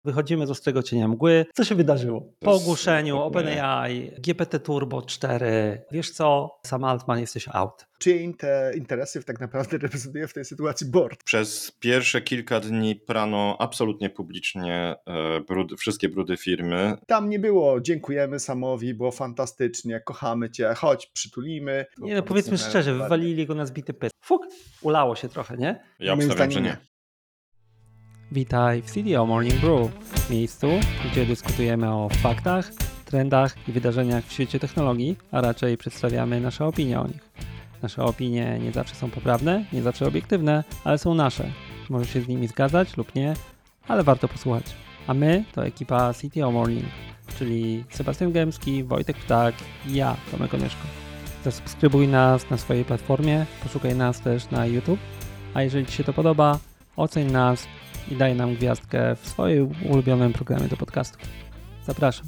Wychodzimy z ostrego cienia mgły. Co się wydarzyło? Po ogłoszeniu OpenAI, GPT Turbo 4, wiesz co, Sam Altman, jesteś out. Czyje interesy tak naprawdę reprezentuje w tej sytuacji board? Przez pierwsze kilka dni prano absolutnie publicznie wszystkie brudy firmy. Tam nie było dziękujemy Samowi, było fantastycznie, kochamy cię, chodź, przytulimy. Nie, no powiedzmy szczerze, wywalili go na zbity pysk. Fuk, ulało się trochę, nie? Ja obstawiam, że nie. Witaj w CDO Morning Brew, miejscu, gdzie dyskutujemy o faktach, trendach i wydarzeniach w świecie technologii, a raczej przedstawiamy nasze opinie o nich. Nasze opinie nie zawsze są poprawne, nie zawsze obiektywne, ale są nasze. Możesz się z nimi zgadzać lub nie, ale warto posłuchać. A my to ekipa CTO Morning, czyli Sebastian Gębski, Wojtek Ptak i ja, Tomek Onyszko. Zasubskrybuj nas na swojej platformie, poszukaj nas też na YouTube, a jeżeli Ci się to podoba, oceń nas i daj nam gwiazdkę w swoim ulubionym programie do podcastów. Zapraszam.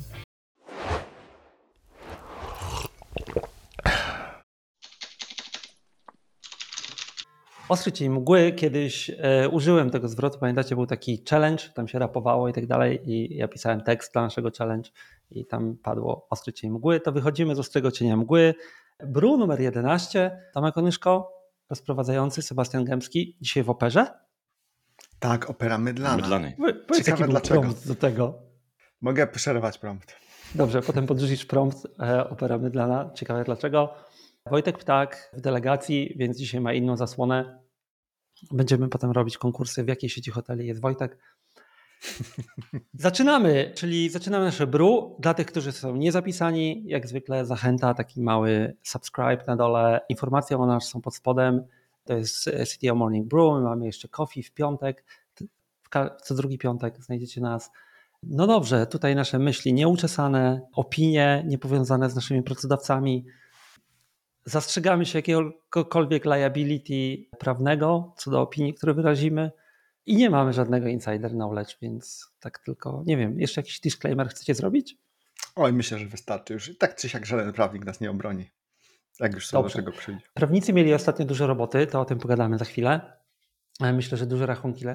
Ostry cień mgły, kiedyś użyłem tego zwrotu, pamiętacie, był taki challenge, tam się rapowało i tak dalej i ja pisałem tekst dla naszego challenge i tam padło ostry cień mgły, to wychodzimy z ostrego cienia mgły. Brew numer 11, Tomek Onyszko, rozprowadzający Sebastian Gębski, dzisiaj w operze? Tak, opera mydlana. Powiedz, jaki był prompt do tego. Mogę poszerować prompt. Dobrze, potem podrzucisz prompt, opera mydlana. Ciekawe dlaczego. Wojtek Ptak w delegacji, więc dzisiaj ma inną zasłonę. Będziemy potem robić konkursy, w jakiej sieci hoteli jest Wojtek. Zaczynamy nasze brew. Dla tych, którzy są niezapisani, jak zwykle zachęta, taki mały subscribe na dole. Informacje o nas są pod spodem. To jest CTO Morning Brew. My mamy jeszcze coffee w piątek. Co drugi piątek znajdziecie nas. No dobrze, tutaj nasze myśli nieuczesane, opinie niepowiązane z naszymi pracodawcami. Zastrzegamy się jakiegokolwiek liability prawnego co do opinii, które wyrazimy i nie mamy żadnego insider knowledge, więc tak tylko, nie wiem, jeszcze jakiś disclaimer chcecie zrobić? Oj, myślę, że wystarczy już. Tak czy siak żaden prawnik nas nie obroni, jak już sobie do tego przyjdzie. Prawnicy mieli ostatnio dużo roboty, to o tym pogadamy za chwilę. Myślę, że duże rachunki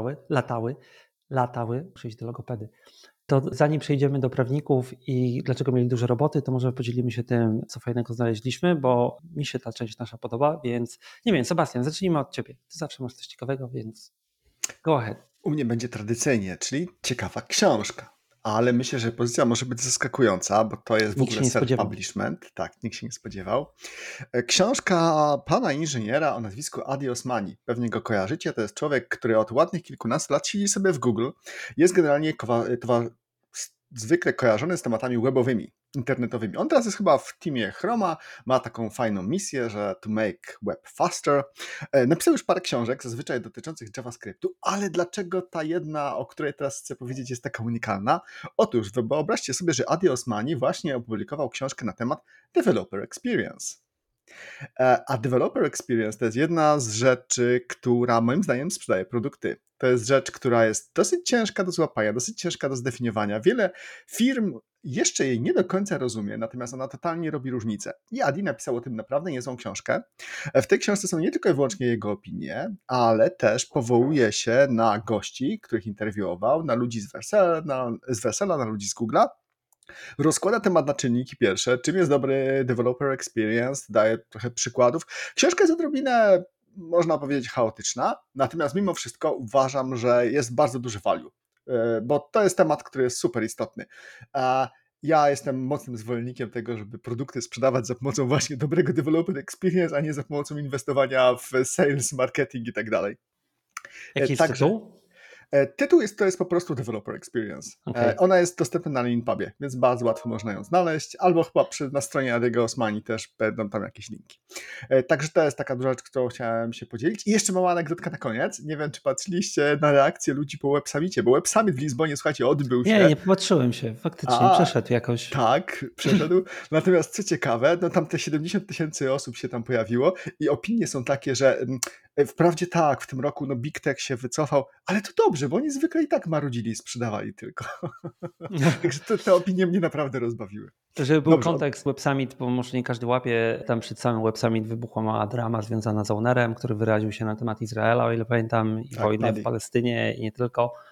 latały, przejść do logopedy. To zanim przejdziemy do prawników i dlaczego mieli dużo roboty, to może podzielimy się tym, co fajnego znaleźliśmy, bo mi się ta część nasza podoba, więc nie wiem, Sebastian, zacznijmy od ciebie. Ty zawsze masz coś ciekawego, więc go ahead. U mnie będzie tradycyjnie, czyli ciekawa książka. Ale myślę, że pozycja może być zaskakująca, bo to jest w ogóle self-publishment. Tak, nikt się nie spodziewał. Książka pana inżyniera o nazwisku Adi Osmani. Pewnie go kojarzycie. To jest człowiek, który od ładnych kilkunastu lat siedzi sobie w Google. Jest generalnie zwykle kojarzony z tematami webowymi, internetowymi. On teraz jest chyba w teamie Chroma, ma taką fajną misję, że to make web faster. Napisał już parę książek, zazwyczaj dotyczących JavaScriptu, ale dlaczego ta jedna, o której teraz chcę powiedzieć, jest taka unikalna? Otóż wyobraźcie sobie, że Adi Osmani właśnie opublikował książkę na temat Developer Experience. A Developer Experience to jest jedna z rzeczy, która moim zdaniem sprzedaje produkty. To jest rzecz, która jest dosyć ciężka do złapania, dosyć ciężka do zdefiniowania. Wiele firm jeszcze jej nie do końca rozumie, natomiast ona totalnie robi różnicę. I Adi napisał o tym naprawdę niezłą książkę. W tej książce są nie tylko i wyłącznie jego opinie, ale też powołuje się na gości, których interwiował, na ludzi z Versela, na ludzi z Google'a. Rozkłada temat na czynniki pierwsze, czym jest dobry developer experience, daje trochę przykładów. Książka jest odrobinę, można powiedzieć, chaotyczna, natomiast mimo wszystko uważam, że jest bardzo duży value, bo to jest temat, który jest super istotny. Ja jestem mocnym zwolennikiem tego, żeby produkty sprzedawać za pomocą właśnie dobrego developer experience, a nie za pomocą inwestowania w sales, marketing i tak dalej. Jaki jest tytuł? Tytuł to jest po prostu Developer Experience. Okay. Ona jest dostępna na Leanpubie, więc bardzo łatwo można ją znaleźć, albo chyba na stronie Adiego Osmani też będą tam jakieś linki. Także to jest taka duża rzecz, którą chciałem się podzielić. I jeszcze mała anegdotka na koniec. Nie wiem, czy patrzyliście na reakcję ludzi po Web Summicie, bo Web Summit w Lizbonie, słuchajcie, odbył się. Nie patrzyłem się, faktycznie przeszedł jakoś. Tak, przeszedł. Natomiast co ciekawe, no tam te 70 000 osób się tam pojawiło i opinie są takie, że wprawdzie tak, w tym roku Big Tech się wycofał, ale to dobrze, bo oni zwykle i tak marudzili i sprzedawali tylko. Także te opinie mnie naprawdę rozbawiły. Żeby był kontekst Web Summit, bo może nie każdy łapie, tam przed samym Web Summit wybuchła mała drama związana z ownerem, który wyraził się na temat Izraela, o ile pamiętam, i wojny w Palestynie i nie tylko.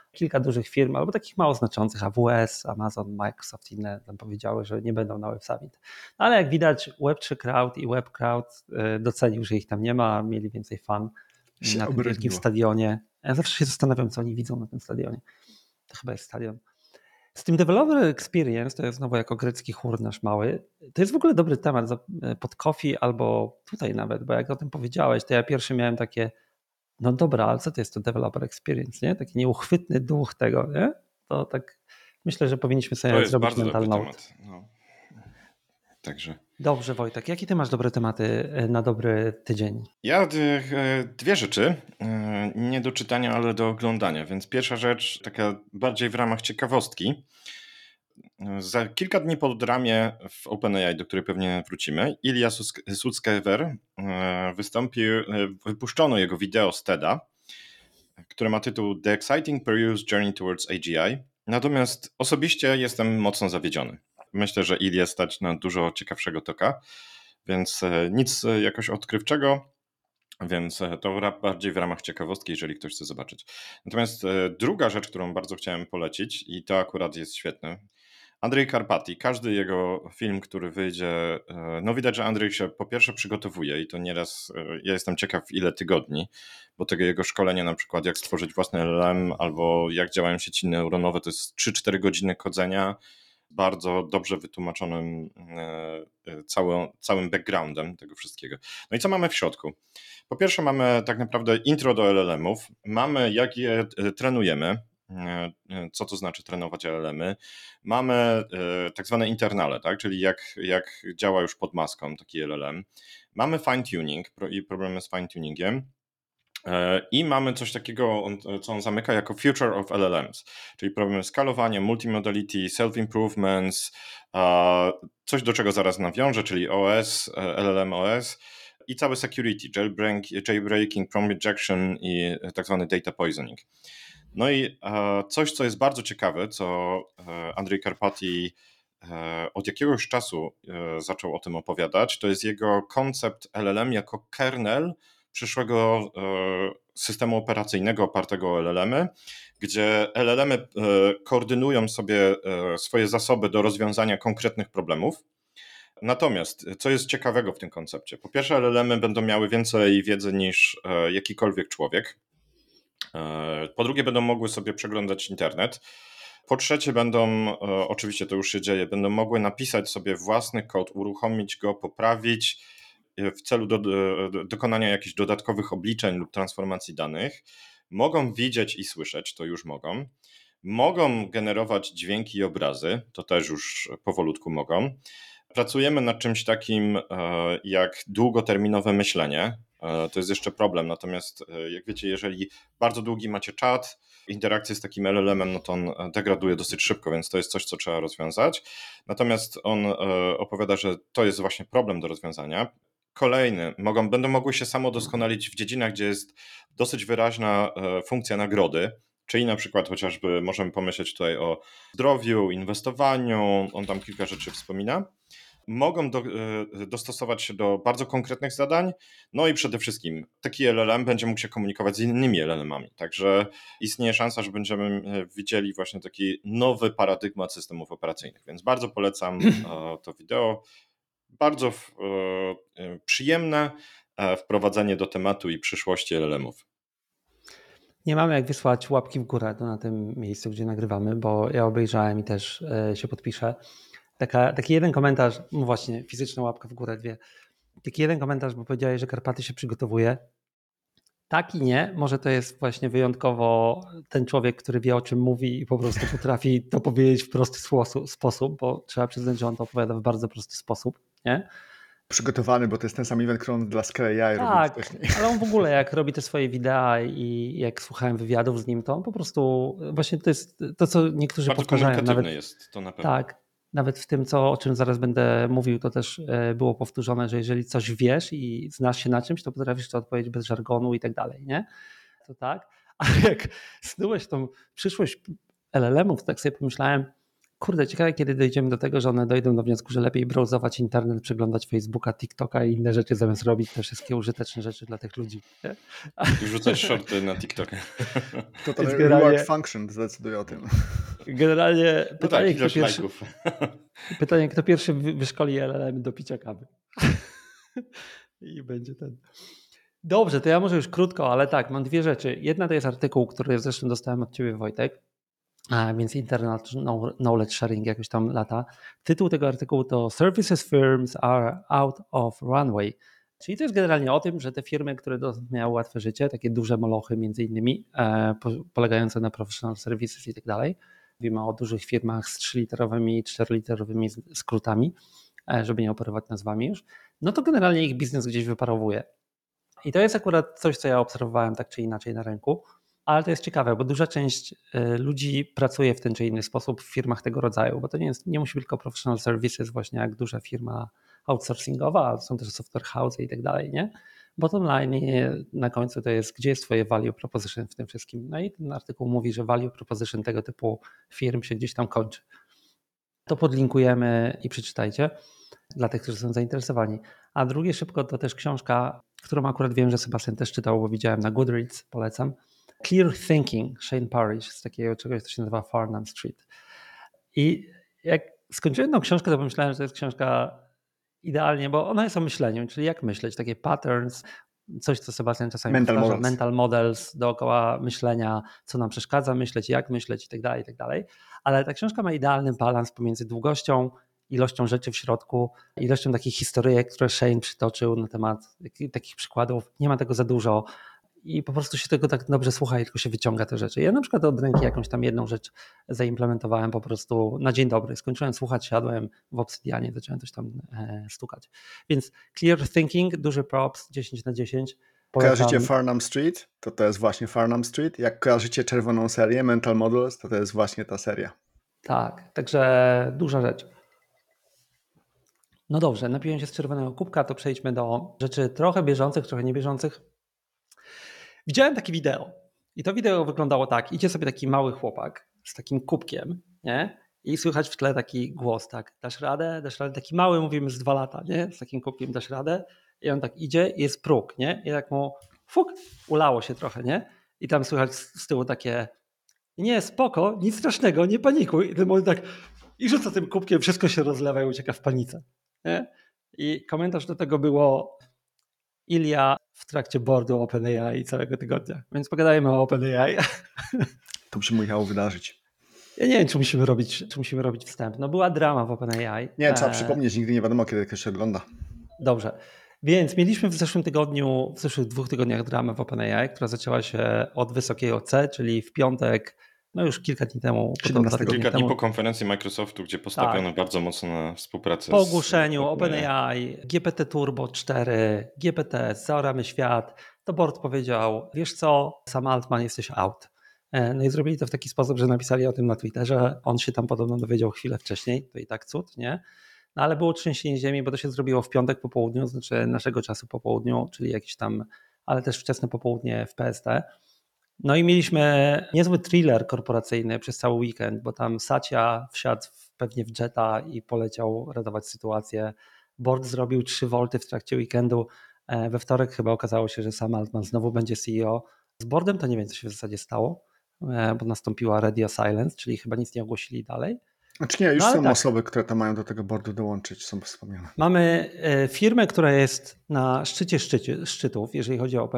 Kilka dużych firm, albo takich mało znaczących, AWS, Amazon, Microsoft, inne tam powiedziały, że nie będą na Web Summit. Ale jak widać Web3 Crowd i Web Crowd docenił, że ich tam nie ma, mieli więcej fan na tym wielkim stadionie. Ja zawsze się zastanawiam, co oni widzą na tym stadionie. To chyba jest stadion. Z tym Developer Experience, to jest znowu jako grecki chór nasz mały, to jest w ogóle dobry temat pod coffee albo tutaj nawet, bo jak o tym powiedziałeś, to ja pierwszy miałem takie, no dobra, ale co to jest to Developer Experience, nie? Taki nieuchwytny duch tego, nie? To tak myślę, że powinniśmy sobie zrobić mental note. Temat. No. Także. Dobrze, Wojtek, jakie ty masz dobre tematy na dobry tydzień? Ja dwie rzeczy, nie do czytania, ale do oglądania, więc pierwsza rzecz, taka bardziej w ramach ciekawostki. Za kilka dni po dramie w OpenAI, do której pewnie wrócimy, Ilya Sutskever wypuszczono jego wideo z TEDa, które ma tytuł The Exciting Perilous Journey Towards AGI. Natomiast osobiście jestem mocno zawiedziony. Myślę, że Ilię stać na dużo ciekawszego toka, więc nic jakoś odkrywczego, więc to bardziej w ramach ciekawostki, jeżeli ktoś chce zobaczyć. Natomiast druga rzecz, którą bardzo chciałem polecić i to akurat jest świetne, Andrzej Karpati, każdy jego film, który wyjdzie, no widać, że Andrzej się po pierwsze przygotowuje i to nieraz, ja jestem ciekaw ile tygodni, bo tego jego szkolenia na przykład jak stworzyć własny LLM albo jak działają sieci neuronowe, to jest 3-4 godziny kodzenia, bardzo dobrze wytłumaczonym całym backgroundem tego wszystkiego. No i co mamy w środku? Po pierwsze mamy tak naprawdę intro do LLM-ów, mamy jak je trenujemy, co to znaczy trenować LLM-y. Mamy tak zwane internale, tak? Czyli jak działa już pod maską taki LLM. Mamy fine-tuning i problemy z fine-tuningiem. I mamy coś takiego, co on zamyka jako Future of LLMs, czyli problem skalowania, multimodality, self-improvements, coś do czego zaraz nawiążę, czyli OS, LLM OS i całe security, jailbreaking, prompt injection i tak zwany data poisoning. No i coś, co jest bardzo ciekawe, co Andrzej Karpati od jakiegoś czasu zaczął o tym opowiadać, to jest jego koncept LLM jako kernel przyszłego systemu operacyjnego opartego o LLM-y, gdzie LLM-y koordynują sobie swoje zasoby do rozwiązania konkretnych problemów. Natomiast co jest ciekawego w tym koncepcie? Po pierwsze, LLM-y będą miały więcej wiedzy niż jakikolwiek człowiek. Po drugie, będą mogły sobie przeglądać internet. Po trzecie, będą, oczywiście to już się dzieje, będą mogły napisać sobie własny kod, uruchomić go, poprawić w celu dokonania jakichś dodatkowych obliczeń lub transformacji danych. Mogą widzieć i słyszeć, to już mogą. Mogą generować dźwięki i obrazy, to też już powolutku mogą. Pracujemy nad czymś takim jak długoterminowe myślenie. To jest jeszcze problem, natomiast jak wiecie, jeżeli bardzo długi macie czat, interakcję z takim LLM-em, no to on degraduje dosyć szybko, więc to jest coś, co trzeba rozwiązać. Natomiast on opowiada, że to jest właśnie problem do rozwiązania. Kolejny, będą mogły się samodoskonalić w dziedzinach, gdzie jest dosyć wyraźna funkcja nagrody, czyli na przykład chociażby możemy pomyśleć tutaj o zdrowiu, inwestowaniu, on tam kilka rzeczy wspomina. Mogą dostosować się do bardzo konkretnych zadań, no i przede wszystkim taki LLM będzie mógł się komunikować z innymi LLM-ami, także istnieje szansa, że będziemy widzieli właśnie taki nowy paradygmat systemów operacyjnych, więc bardzo polecam to wideo, bardzo przyjemne wprowadzenie do tematu i przyszłości LLM-ów. Nie mamy jak wysłać łapki w górę na tym miejscu, gdzie nagrywamy, bo ja obejrzałem i też się podpiszę. Taki jeden komentarz, no właśnie, fizyczna łapka w górę, 2. Taki jeden komentarz, bo powiedziałeś, że Karpaty się przygotowuje. Tak i nie, może to jest właśnie wyjątkowo ten człowiek, który wie o czym mówi i po prostu potrafi to powiedzieć w prosty sposób, bo trzeba przyznać, że on to opowiada w bardzo prosty sposób, nie? Przygotowany, bo to jest ten sam event, który on dla Scale AI robił wcześniej. Ale on w ogóle jak robi te swoje wideo i jak słuchałem wywiadów z nim, to on po prostu właśnie to jest to, co niektórzy bardzo powtarzają. Nawet jest to na pewno. Tak, nawet w tym, o czym zaraz będę mówił, to też było powtórzone, że jeżeli coś wiesz i znasz się na czymś, to potrafisz to odpowiedzieć bez żargonu i tak dalej, nie? To tak, ale jak snułeś tą przyszłość LLM-ów, tak sobie pomyślałem, Kurde, ciekawe, kiedy dojdziemy do tego, że one dojdą do wniosku, że lepiej browsować internet, przeglądać Facebooka, TikToka i inne rzeczy, zamiast robić te wszystkie użyteczne rzeczy dla tych ludzi. Nie? I wrzucać shorty na TikToka. To ten generalnie- reward function zdecyduje o tym. Generalnie No pytanie, tak, ilość lajków. kto pierwszy wyszkoli LLM do picia kawy. I będzie ten. Dobrze, to ja może już krótko, ale tak, mam dwie rzeczy. Jedna to jest artykuł, który zresztą dostałem od ciebie, Wojtek, więc Internet Knowledge Sharing jakoś tam lata. Tytuł tego artykułu to Services Firms are out of runway. Czyli to jest generalnie o tym, że te firmy, które miały łatwe życie, takie duże molochy między innymi, polegające na professional services i tak dalej. Mówimy o dużych firmach z 3-literowymi, 4-literowymi skrótami, żeby nie operować nazwami już. No to generalnie ich biznes gdzieś wyparowuje. I to jest akurat coś, co ja obserwowałem tak czy inaczej na rynku, ale to jest ciekawe, bo duża część ludzi pracuje w ten czy inny sposób w firmach tego rodzaju, bo to nie musi być tylko professional services, właśnie jak duża firma outsourcingowa, ale są też software house i tak dalej, nie? Bottom line na końcu to jest, gdzie jest twoje value proposition w tym wszystkim. No i ten artykuł mówi, że value proposition tego typu firm się gdzieś tam kończy. To podlinkujemy i przeczytajcie dla tych, którzy są zainteresowani. A drugie szybko to też książka, którą akurat wiem, że Sebastian też czytał, bo widziałem na Goodreads, polecam. Clear Thinking, Shane Parrish, z takiego czegoś, co się nazywa Farnham Street. I jak skończyłem tą książkę, to pomyślałem, że to jest książka idealnie, bo ona jest o myśleniu, czyli jak myśleć, takie patterns, coś, co Sebastian czasami powtarza, mental models dookoła myślenia, co nam przeszkadza myśleć, jak myśleć i tak dalej. Ale ta książka ma idealny balans pomiędzy długością, ilością rzeczy w środku, ilością takich historyjek, które Shane przytoczył na temat takich przykładów. Nie ma tego za dużo i po prostu się tego tak dobrze słucha i tylko się wyciąga te rzeczy. Ja na przykład od ręki jakąś tam jedną rzecz zaimplementowałem po prostu na dzień dobry. Skończyłem słuchać, siadłem w Obsidianie, zacząłem coś tam stukać. Więc Clear Thinking, duży props, 10/10. Kojarzycie Farnham Street? To jest właśnie Farnham Street. Jak kojarzycie czerwoną serię Mental Models, to jest właśnie ta seria. Tak, także duża rzecz. No dobrze, napiłem się z czerwonego kubka, to przejdźmy do rzeczy trochę bieżących, trochę niebieżących. Widziałem takie wideo i to wideo wyglądało tak. Idzie sobie taki mały chłopak z takim kubkiem, nie? I słychać w tle taki głos, tak, dasz radę, taki mały, mówimy z 2 lata, nie? Z takim kubkiem dasz radę i on tak idzie i jest próg, nie? I tak mu ulało się trochę, nie? I tam słychać z tyłu takie nie, spoko, nic strasznego, nie panikuj. I ten moment tak i rzuca tym kubkiem, wszystko się rozlewa i ucieka w panice. Nie? I komentarz do tego było Ilia w trakcie boardu OpenAI całego tygodnia. Więc pogadajmy o OpenAI. To by się musiało wydarzyć. Ja nie wiem, czy musimy robić wstęp. No była drama w OpenAI. Nie, trzeba przypomnieć, nigdy nie wiadomo, kiedy ktoś się ogląda. Dobrze. Więc mieliśmy w zeszłych 2 tygodniach dramę w OpenAI, która zaczęła się od wysokiego C, czyli w piątek, no już kilka dni temu. Kilka dni po konferencji Microsoftu, gdzie postawiono bardzo mocno na współpracę. Po ogłoszeniu OpenAI, GPT Turbo 4, GPT, zaoramy świat, to board powiedział, wiesz co, Sam Altman, jesteś out. No i zrobili to w taki sposób, że napisali o tym na Twitterze, on się tam podobno dowiedział chwilę wcześniej, to i tak cud, nie? No ale było trzęsienie ziemi, bo to się zrobiło w piątek po południu, znaczy naszego czasu po południu, czyli jakiś tam, ale też wczesne popołudnie w PST. No i mieliśmy niezły thriller korporacyjny przez cały weekend, bo tam Satya wsiadł pewnie w jeta i poleciał ratować sytuację. Board zrobił 3 wolty w trakcie weekendu. We wtorek chyba okazało się, że Sam Altman znowu będzie CEO. Z boardem to nie wiem, co się w zasadzie stało, bo nastąpiła radio silence, czyli chyba nic nie ogłosili dalej. Znaczy nie, już są osoby, które tam mają do tego boardu dołączyć, są wspomniane. Mamy firmę, która jest na szczycie szczytów, jeżeli chodzi o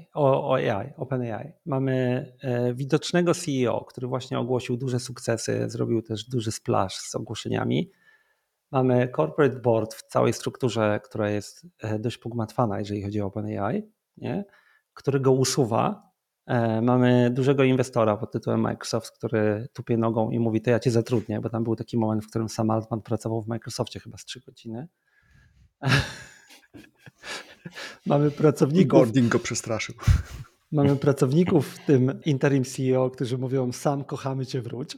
OpenAI. Mamy widocznego CEO, który właśnie ogłosił duże sukcesy, zrobił też duży splash z ogłoszeniami. Mamy corporate board w całej strukturze, która jest dość pogmatwana, jeżeli chodzi o OpenAI, nie? Który go usuwa. Mamy dużego inwestora pod tytułem Microsoft, który tupie nogą i mówi, to ja cię zatrudnię, bo tam był taki moment, w którym Sam Altman pracował w Microsoftie chyba z 3 godziny. Mamy pracowników. Boarding go przestraszył. Mamy pracowników w tym interim CEO, którzy mówią, Sam, kochamy cię, wróć.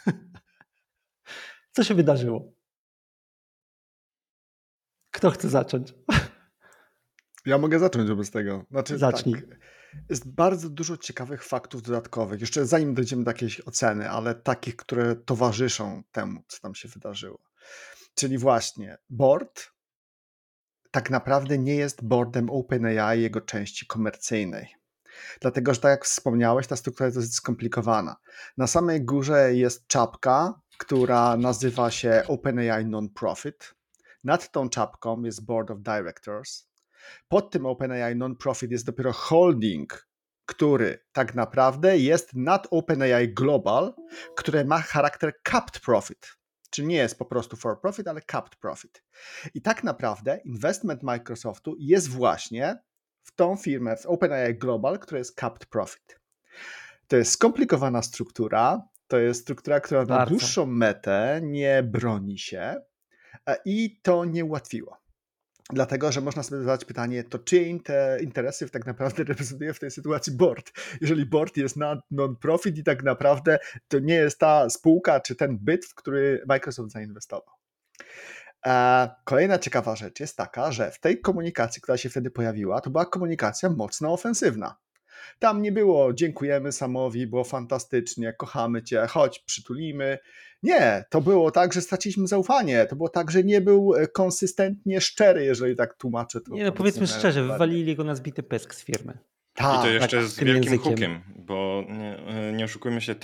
Co się wydarzyło? Kto chce zacząć? Ja mogę zacząć wobec tego. Znaczy, Zacznij. Tak. Jest bardzo dużo ciekawych faktów dodatkowych. Jeszcze zanim dojdziemy do jakiejś oceny, ale takich, które towarzyszą temu, co tam się wydarzyło. Czyli właśnie board tak naprawdę nie jest boardem OpenAI jego części komercyjnej. Dlatego, że tak jak wspomniałeś, ta struktura jest dosyć skomplikowana. Na samej górze jest czapka, która nazywa się OpenAI Non-Profit. Nad tą czapką jest Board of Directors. Pod tym OpenAI Non-Profit jest dopiero holding, który tak naprawdę jest nad OpenAI Global, które ma charakter capped profit. Czyli nie jest po prostu for profit, ale capped profit. I tak naprawdę investment Microsoftu jest właśnie w tą firmę, w OpenAI Global, która jest capped profit. To jest skomplikowana struktura, to jest struktura, która na dłuższą metę nie broni się i to nie ułatwiło. Dlatego, że można sobie zadać pytanie, to czyje interesy tak naprawdę reprezentuje w tej sytuacji board? Jeżeli board jest na non-profit i tak naprawdę to nie jest ta spółka czy ten byt, w który Microsoft zainwestował. Kolejna ciekawa rzecz jest taka, że w tej komunikacji, która się wtedy pojawiła, to była komunikacja mocno ofensywna. Tam nie było dziękujemy Samowi, było fantastycznie, kochamy cię, chodź, przytulimy. Nie, to było tak, że straciliśmy zaufanie. To było tak, że nie był konsystentnie szczery, jeżeli tak tłumaczę to. Nie, no powiedzmy szczerze, wywalili go na zbity pysk z firmy. Tak, i to jeszcze tak, z wielkim hookiem, bo nie oszukujmy się,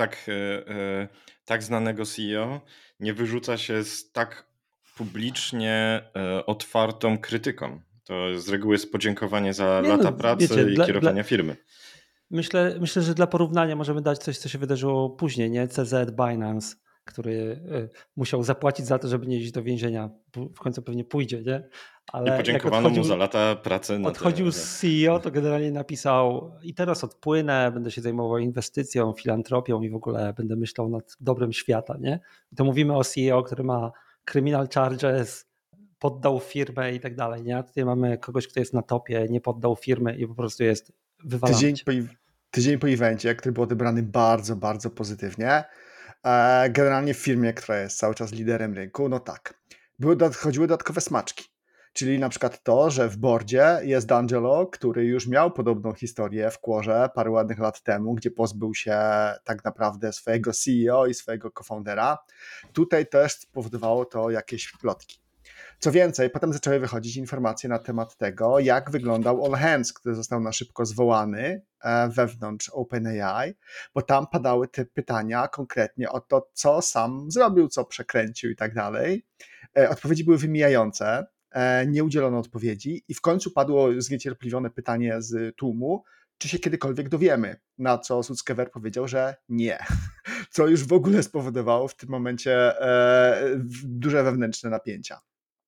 tak znanego CEO nie wyrzuca się z tak publicznie otwartą krytyką. To z reguły jest podziękowanie za lata pracy i kierowania firmy. Myślę, że dla porównania możemy dać coś, co się wydarzyło później, nie? CZ Binance, który musiał zapłacić za to, żeby nie iść do więzienia. W końcu pewnie pójdzie, nie? Ale i podziękowano mu za lata pracy. Odchodził z CEO, to generalnie napisał i teraz odpłynę, będę się zajmował inwestycją, filantropią i w ogóle będę myślał nad dobrem świata, nie? I to mówimy o CEO, który ma criminal charges, poddał firmę i tak dalej, nie? A tutaj mamy kogoś, kto jest na topie, nie poddał firmy i po prostu jest wywalany. Tydzień po evencie, który był odebrany bardzo, bardzo pozytywnie. Generalnie w firmie, która jest cały czas liderem rynku, no tak, chodziły dodatkowe smaczki. Czyli na przykład to, że w boardzie jest D'Angelo, który już miał podobną historię w Quorze parę ładnych lat temu, gdzie pozbył się tak naprawdę swojego CEO i swojego co-foundera. Tutaj też spowodowało to jakieś plotki. Co więcej, potem zaczęły wychodzić informacje na temat tego, jak wyglądał All Hands, który został na szybko zwołany wewnątrz OpenAI, bo tam padały te pytania konkretnie o to, co sam zrobił, co przekręcił i tak dalej. Odpowiedzi były wymijające, nie udzielono odpowiedzi i w końcu padło zniecierpliwione pytanie z tłumu, czy się kiedykolwiek dowiemy, na co Sutskever powiedział, że nie, co już w ogóle spowodowało w tym momencie duże wewnętrzne napięcia.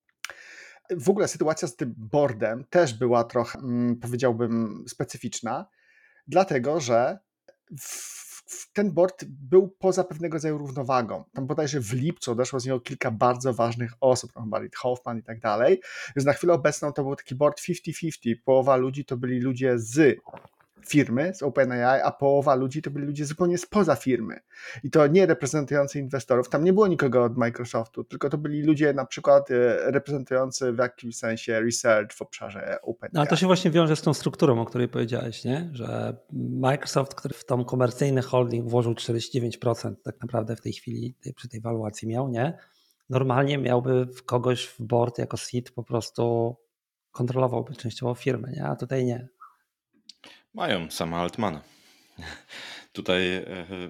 W ogóle sytuacja z tym boardem też była trochę, powiedziałbym, specyficzna, dlatego że ten board był poza pewnego rodzaju równowagą. Tam bodajże w lipcu odeszło z niego kilka bardzo ważnych osób, chyba Reid Hoffman i tak dalej, więc na chwilę obecną to był taki board 50-50. Połowa ludzi to byli ludzie z firmy, z OpenAI, a połowa ludzi to byli ludzie zupełnie spoza firmy. I to nie reprezentujący inwestorów. Tam nie było nikogo od Microsoftu, tylko to byli ludzie na przykład reprezentujący w jakimś sensie research w obszarze OpenAI. No, ale to się właśnie wiąże z tą strukturą, o której powiedziałeś, nie? Że Microsoft, który w tą komercyjny holding włożył 49% tak naprawdę w tej chwili przy tej waluacji miał, nie? Normalnie miałby kogoś w board jako seed po prostu kontrolowałby częściowo firmę, nie? A tutaj nie. Mają sama Altmana. Tutaj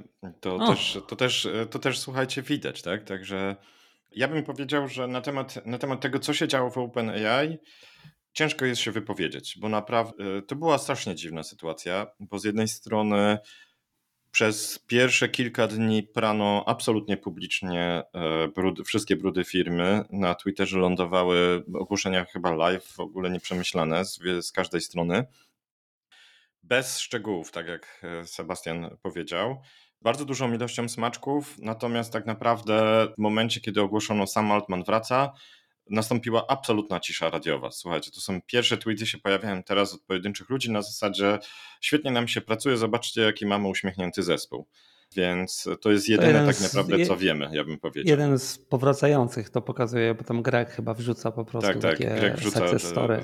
to też słuchajcie widać, tak? Także ja bym powiedział, że na temat tego, co się działo w OpenAI, ciężko jest się wypowiedzieć, bo naprawdę to była strasznie dziwna sytuacja, bo z jednej strony przez pierwsze kilka dni prano absolutnie publicznie wszystkie brudy firmy. Na Twitterze lądowały ogłoszenia chyba live, w ogóle nieprzemyślane z każdej strony. Bez szczegółów, tak jak Sebastian powiedział. Bardzo dużą ilością smaczków, natomiast tak naprawdę w momencie, kiedy ogłoszono Sam Altman wraca, nastąpiła absolutna cisza radiowa. Słuchajcie, to są pierwsze tweety się pojawiają teraz od pojedynczych ludzi na zasadzie świetnie nam się pracuje, zobaczcie jaki mamy uśmiechnięty zespół. Więc to jest jedyne tak naprawdę co wiemy, ja bym powiedział. Jeden z powracających to pokazuje, bo tam Greg chyba wrzuca po prostu takie Greg wrzuca success story.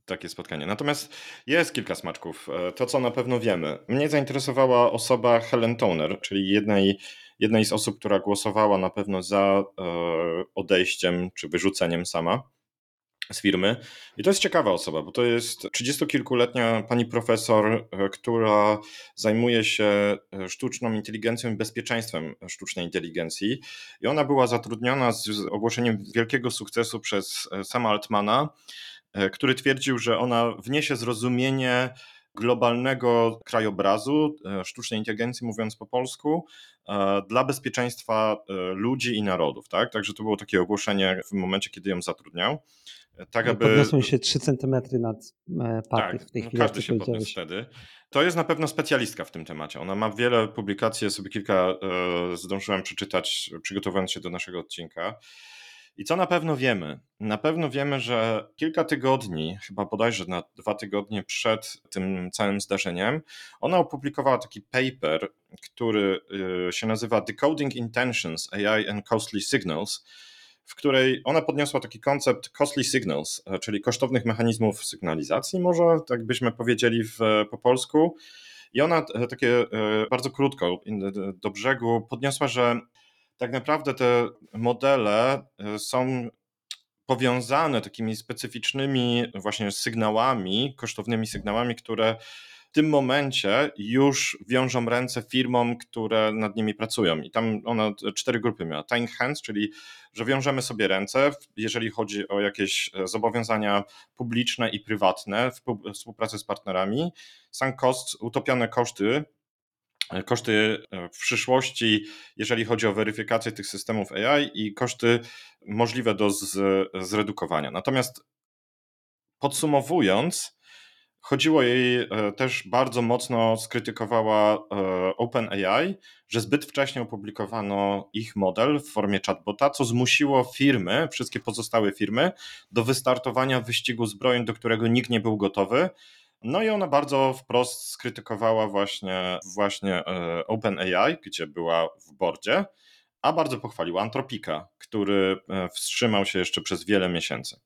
takie spotkanie. Natomiast jest kilka smaczków. To, co na pewno wiemy. Mnie zainteresowała osoba Helen Toner, czyli jednej z osób, która głosowała na pewno za odejściem czy wyrzuceniem sama z firmy. I to jest ciekawa osoba, bo to jest 30-kilkuletnia pani profesor, która zajmuje się sztuczną inteligencją i bezpieczeństwem sztucznej inteligencji. I ona była zatrudniona z ogłoszeniem wielkiego sukcesu przez Sama Altmana, który twierdził, że ona wniesie zrozumienie globalnego krajobrazu sztucznej inteligencji, mówiąc po polsku, dla bezpieczeństwa ludzi i narodów. Tak? Także to było takie ogłoszenie w momencie, kiedy ją zatrudniał. Tak, aby... Podniosłem się 3 centymetry nad patyk w tej chwili. Każdy się podniósł wtedy. To jest na pewno specjalistka w tym temacie. Ona ma wiele publikacji, ja sobie kilka zdążyłem przeczytać, przygotowując się do naszego odcinka. I co na pewno wiemy? Na pewno wiemy, że kilka tygodni, chyba bodajże na 2 tygodnie przed tym całym zdarzeniem, ona opublikowała taki paper, który się nazywa Decoding Intentions, AI and Costly Signals, w której ona podniosła taki koncept costly signals, czyli kosztownych mechanizmów sygnalizacji, może tak byśmy powiedzieli po polsku. I ona takie bardzo krótko do brzegu podniosła, że tak naprawdę te modele są powiązane takimi specyficznymi właśnie sygnałami, kosztownymi sygnałami, które w tym momencie już wiążą ręce firmom, które nad nimi pracują. I tam ona 4 grupy miała. Tying hands, czyli że wiążemy sobie ręce, jeżeli chodzi o jakieś zobowiązania publiczne i prywatne, współpracę z partnerami. Sunk costs, utopione koszty w przyszłości, jeżeli chodzi o weryfikację tych systemów AI i koszty możliwe do zredukowania. Natomiast podsumowując, chodziło jej też bardzo mocno, skrytykowała OpenAI, że zbyt wcześnie opublikowano ich model w formie chatbota, co zmusiło firmy, wszystkie pozostałe firmy, do wystartowania wyścigu zbrojeń, do którego nikt nie był gotowy. No i ona bardzo wprost skrytykowała właśnie OpenAI, gdzie była w boardzie, a bardzo pochwaliła Anthropika, który wstrzymał się jeszcze przez wiele miesięcy.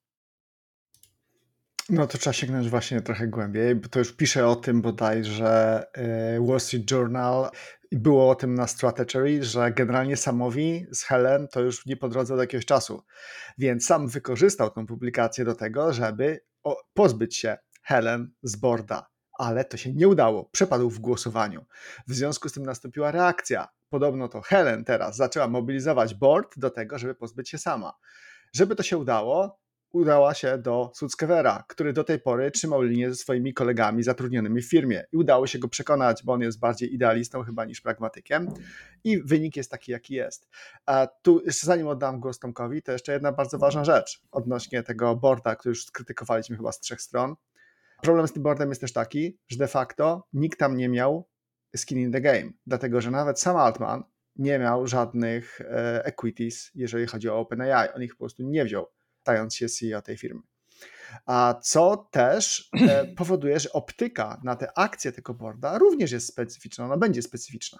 No to trzeba sięgnąć właśnie trochę głębiej, bo to już pisze o tym bodajże Wall Street Journal i było o tym na Stratechery, że generalnie Samowi z Helen to już nie po drodze od jakiegoś czasu. Więc sam wykorzystał tą publikację do tego, żeby pozbyć się Helen z boarda, ale to się nie udało, przepadł w głosowaniu. W związku z tym nastąpiła reakcja. Podobno to Helen teraz zaczęła mobilizować board do tego, żeby pozbyć się sama. Żeby to się udało, udała się do Sutzkewera, który do tej pory trzymał linię ze swoimi kolegami zatrudnionymi w firmie i udało się go przekonać, bo on jest bardziej idealistą chyba niż pragmatykiem i wynik jest taki, jaki jest. A tu jeszcze zanim oddam głos Tomkowi, to jeszcze jedna bardzo ważna rzecz odnośnie tego boarda, który już skrytykowaliśmy chyba z 3 stron. Problem z tym boardem jest też taki, że de facto nikt tam nie miał skin in the game, dlatego że nawet sam Altman nie miał żadnych equities, jeżeli chodzi o OpenAI. On ich po prostu nie wziął, stając się CEO tej firmy. A co też powoduje, że optyka na te akcje tego boarda również jest specyficzna, ona będzie specyficzna.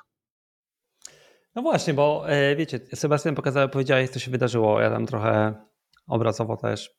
No właśnie, bo wiecie, Sebastian powiedziałeś, co się wydarzyło. Ja tam trochę obrazowo też.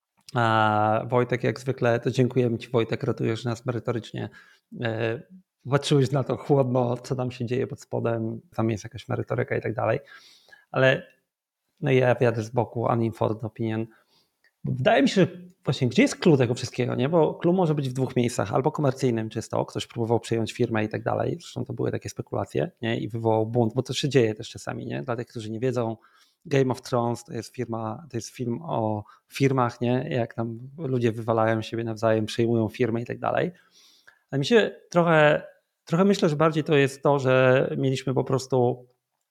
A Wojtek, jak zwykle, to dziękujemy Ci, Wojtek, ratujesz nas merytorycznie. Patrzyłeś na to chłodno, co tam się dzieje pod spodem, tam jest jakaś merytoryka i tak dalej. Ale no ja jadę z boku, uninformed opinion. Wydaje mi się, że właśnie gdzie jest clue tego wszystkiego, nie? Bo clue może być w 2 miejscach, albo komercyjnym czysto, ktoś próbował przejąć firmę i tak dalej, zresztą to były takie spekulacje, nie? I wywołał bunt, bo to się dzieje też czasami, nie? Dla tych, którzy nie wiedzą, Game of Thrones to jest film o firmach, nie? Jak tam ludzie wywalają siebie nawzajem, przejmują firmy i tak dalej. Ale mi się trochę myślę, że bardziej to jest to, że mieliśmy po prostu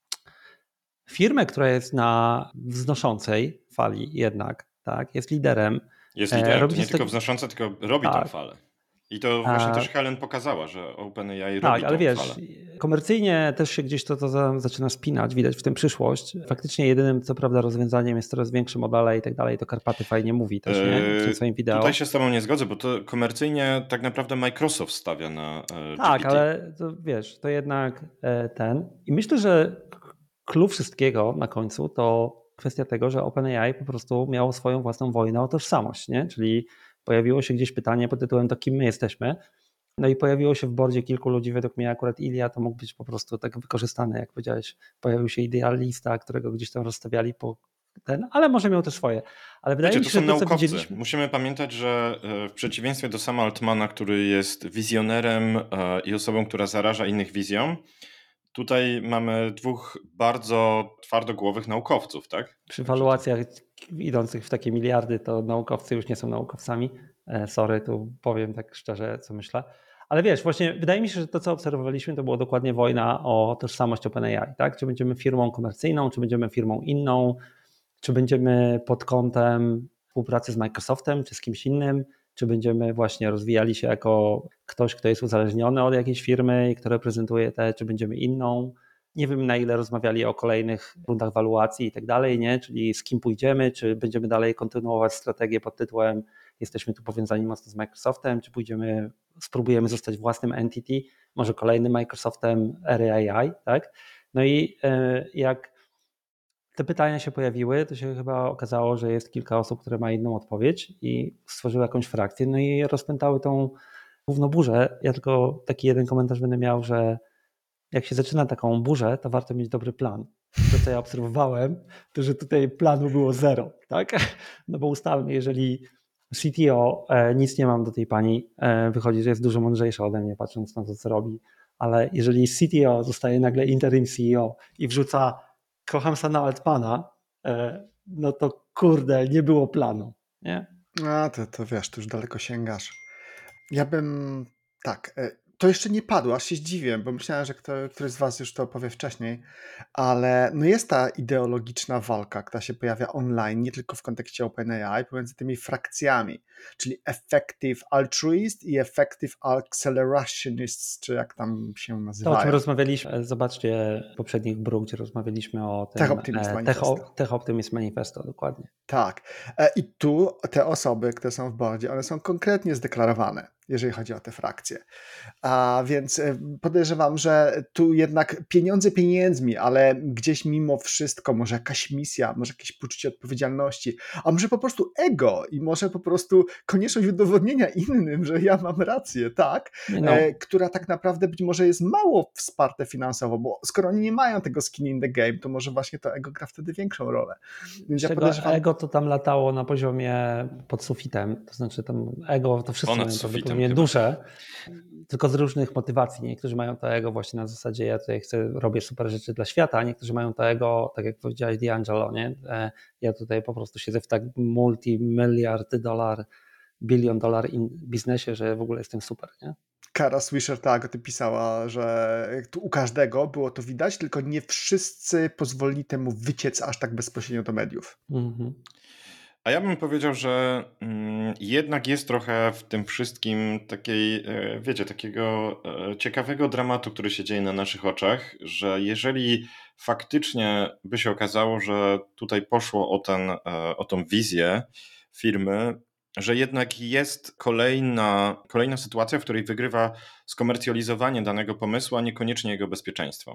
firmę, która jest na wznoszącej fali jednak, tak? Jest liderem. Jest liderem, to nie tylko wznosząca, tylko robi tą falę. I to właśnie też Helen pokazała, że OpenAI robi ale tą wiesz, falę. Komercyjnie też się gdzieś to zaczyna spinać, widać w tym przyszłość. Faktycznie jedynym, co prawda, rozwiązaniem jest coraz większe modele i tak dalej, to Karpaty fajnie mówi też, nie? W tym swoim wideo. Tutaj się z tobą nie zgodzę, bo to komercyjnie tak naprawdę Microsoft stawia na GPT. Tak, ale to wiesz, to jednak ten. I myślę, że clue wszystkiego na końcu to kwestia tego, że OpenAI po prostu miało swoją własną wojnę o tożsamość, nie? Czyli pojawiło się gdzieś pytanie pod tytułem to kim my jesteśmy. No i pojawiło się w boardzie kilku ludzi, według mnie akurat Ilia to mógł być po prostu tak wykorzystany, jak powiedziałeś. Pojawił się idealista, którego gdzieś tam rozstawiali po ale może miał też swoje. Ale wydaje mi się, to są że to, co naukowcy. widzieliśmy... Musimy pamiętać, że w przeciwieństwie do Sama Altmana, który jest wizjonerem i osobą, która zaraża innych wizją, tutaj mamy dwóch bardzo twardogłowych naukowców, tak? Przy waluacjach idących w takie miliardy, to naukowcy już nie są naukowcami. Sorry, tu powiem tak szczerze, co myślę. Ale wiesz, właśnie wydaje mi się, że to, co obserwowaliśmy, to była dokładnie wojna o tożsamość OpenAI, tak? Czy będziemy firmą komercyjną, czy będziemy firmą inną, czy będziemy pod kątem współpracy z Microsoftem, czy z kimś innym, czy będziemy właśnie rozwijali się jako ktoś, kto jest uzależniony od jakiejś firmy i kto reprezentuje czy będziemy inną. Nie wiem, na ile rozmawiali o kolejnych rundach waluacji i tak dalej, nie? Czyli z kim pójdziemy, czy będziemy dalej kontynuować strategię pod tytułem jesteśmy tu powiązani mocno z Microsoftem, czy spróbujemy zostać własnym entity, może kolejnym Microsoftem ery AI, tak? No i jak te pytania się pojawiły, to się chyba okazało, że jest kilka osób, które ma inną odpowiedź i stworzyły jakąś frakcję, no i rozpętały tą główną burzę. Ja tylko taki jeden komentarz będę miał, że jak się zaczyna taką burzę, to warto mieć dobry plan. To, co ja obserwowałem, to że tutaj planu było zero, tak? No bo ustalmy, jeżeli CTO, nic nie mam do tej pani, wychodzi, że jest dużo mądrzejsza ode mnie, patrząc na to, co robi, ale jeżeli CTO zostaje nagle interim CEO i wrzuca kocham Sama Altmana, no to kurde, nie było planu, nie? A, to wiesz, tu już daleko sięgasz. Ja bym... Tak, to jeszcze nie padło, aż się zdziwiłem, bo myślałem, że któryś z was już to opowie wcześniej, ale no jest ta ideologiczna walka, która się pojawia online, nie tylko w kontekście OpenAI, pomiędzy tymi frakcjami, czyli Effective Altruist i Effective Accelerationists, czy jak tam się To, o czym nazywają. rozmawialiśmy, zobaczcie poprzednich bróg, gdzie rozmawialiśmy o tym Tech Optimist Manifesto. Tech Optimist Manifesto, dokładnie. Tak. I tu te osoby, które są w boardzie, one są konkretnie zdeklarowane, jeżeli chodzi o te frakcje. A więc podejrzewam, że tu jednak pieniądze pieniędzmi, ale gdzieś mimo wszystko może jakaś misja, może jakieś poczucie odpowiedzialności, a może po prostu ego i może po prostu konieczność udowodnienia innym, że ja mam rację, tak? No. Która tak naprawdę być może jest mało wsparte finansowo, bo skoro oni nie mają tego skin in the game, to może właśnie to ego gra wtedy większą rolę. Więc ja podejrzewam... Ego to tam latało na poziomie pod sufitem, to znaczy tam ego to wszyscy mają prawdopodobnie duszę, tylko z różnych motywacji. Niektórzy mają to ego właśnie na zasadzie ja tutaj robię super rzeczy dla świata, a niektórzy mają to ego, tak jak powiedziałeś D'Angelo, nie? Ja tutaj po prostu siedzę w tak multimiliard dolar, billion dollar biznesie, że w ogóle jestem super, nie? Kara Swisher tak o tym pisała, że tu u każdego było to widać, tylko nie wszyscy pozwolili temu wyciec aż tak bezpośrednio do mediów. Mhm. A ja bym powiedział, że jednak jest trochę w tym wszystkim takiej, wiecie, takiego ciekawego dramatu, który się dzieje na naszych oczach, że jeżeli faktycznie by się okazało, że tutaj poszło o tą wizję firmy, że jednak jest kolejna sytuacja, w której wygrywa skomercjalizowanie danego pomysłu, a niekoniecznie jego bezpieczeństwo.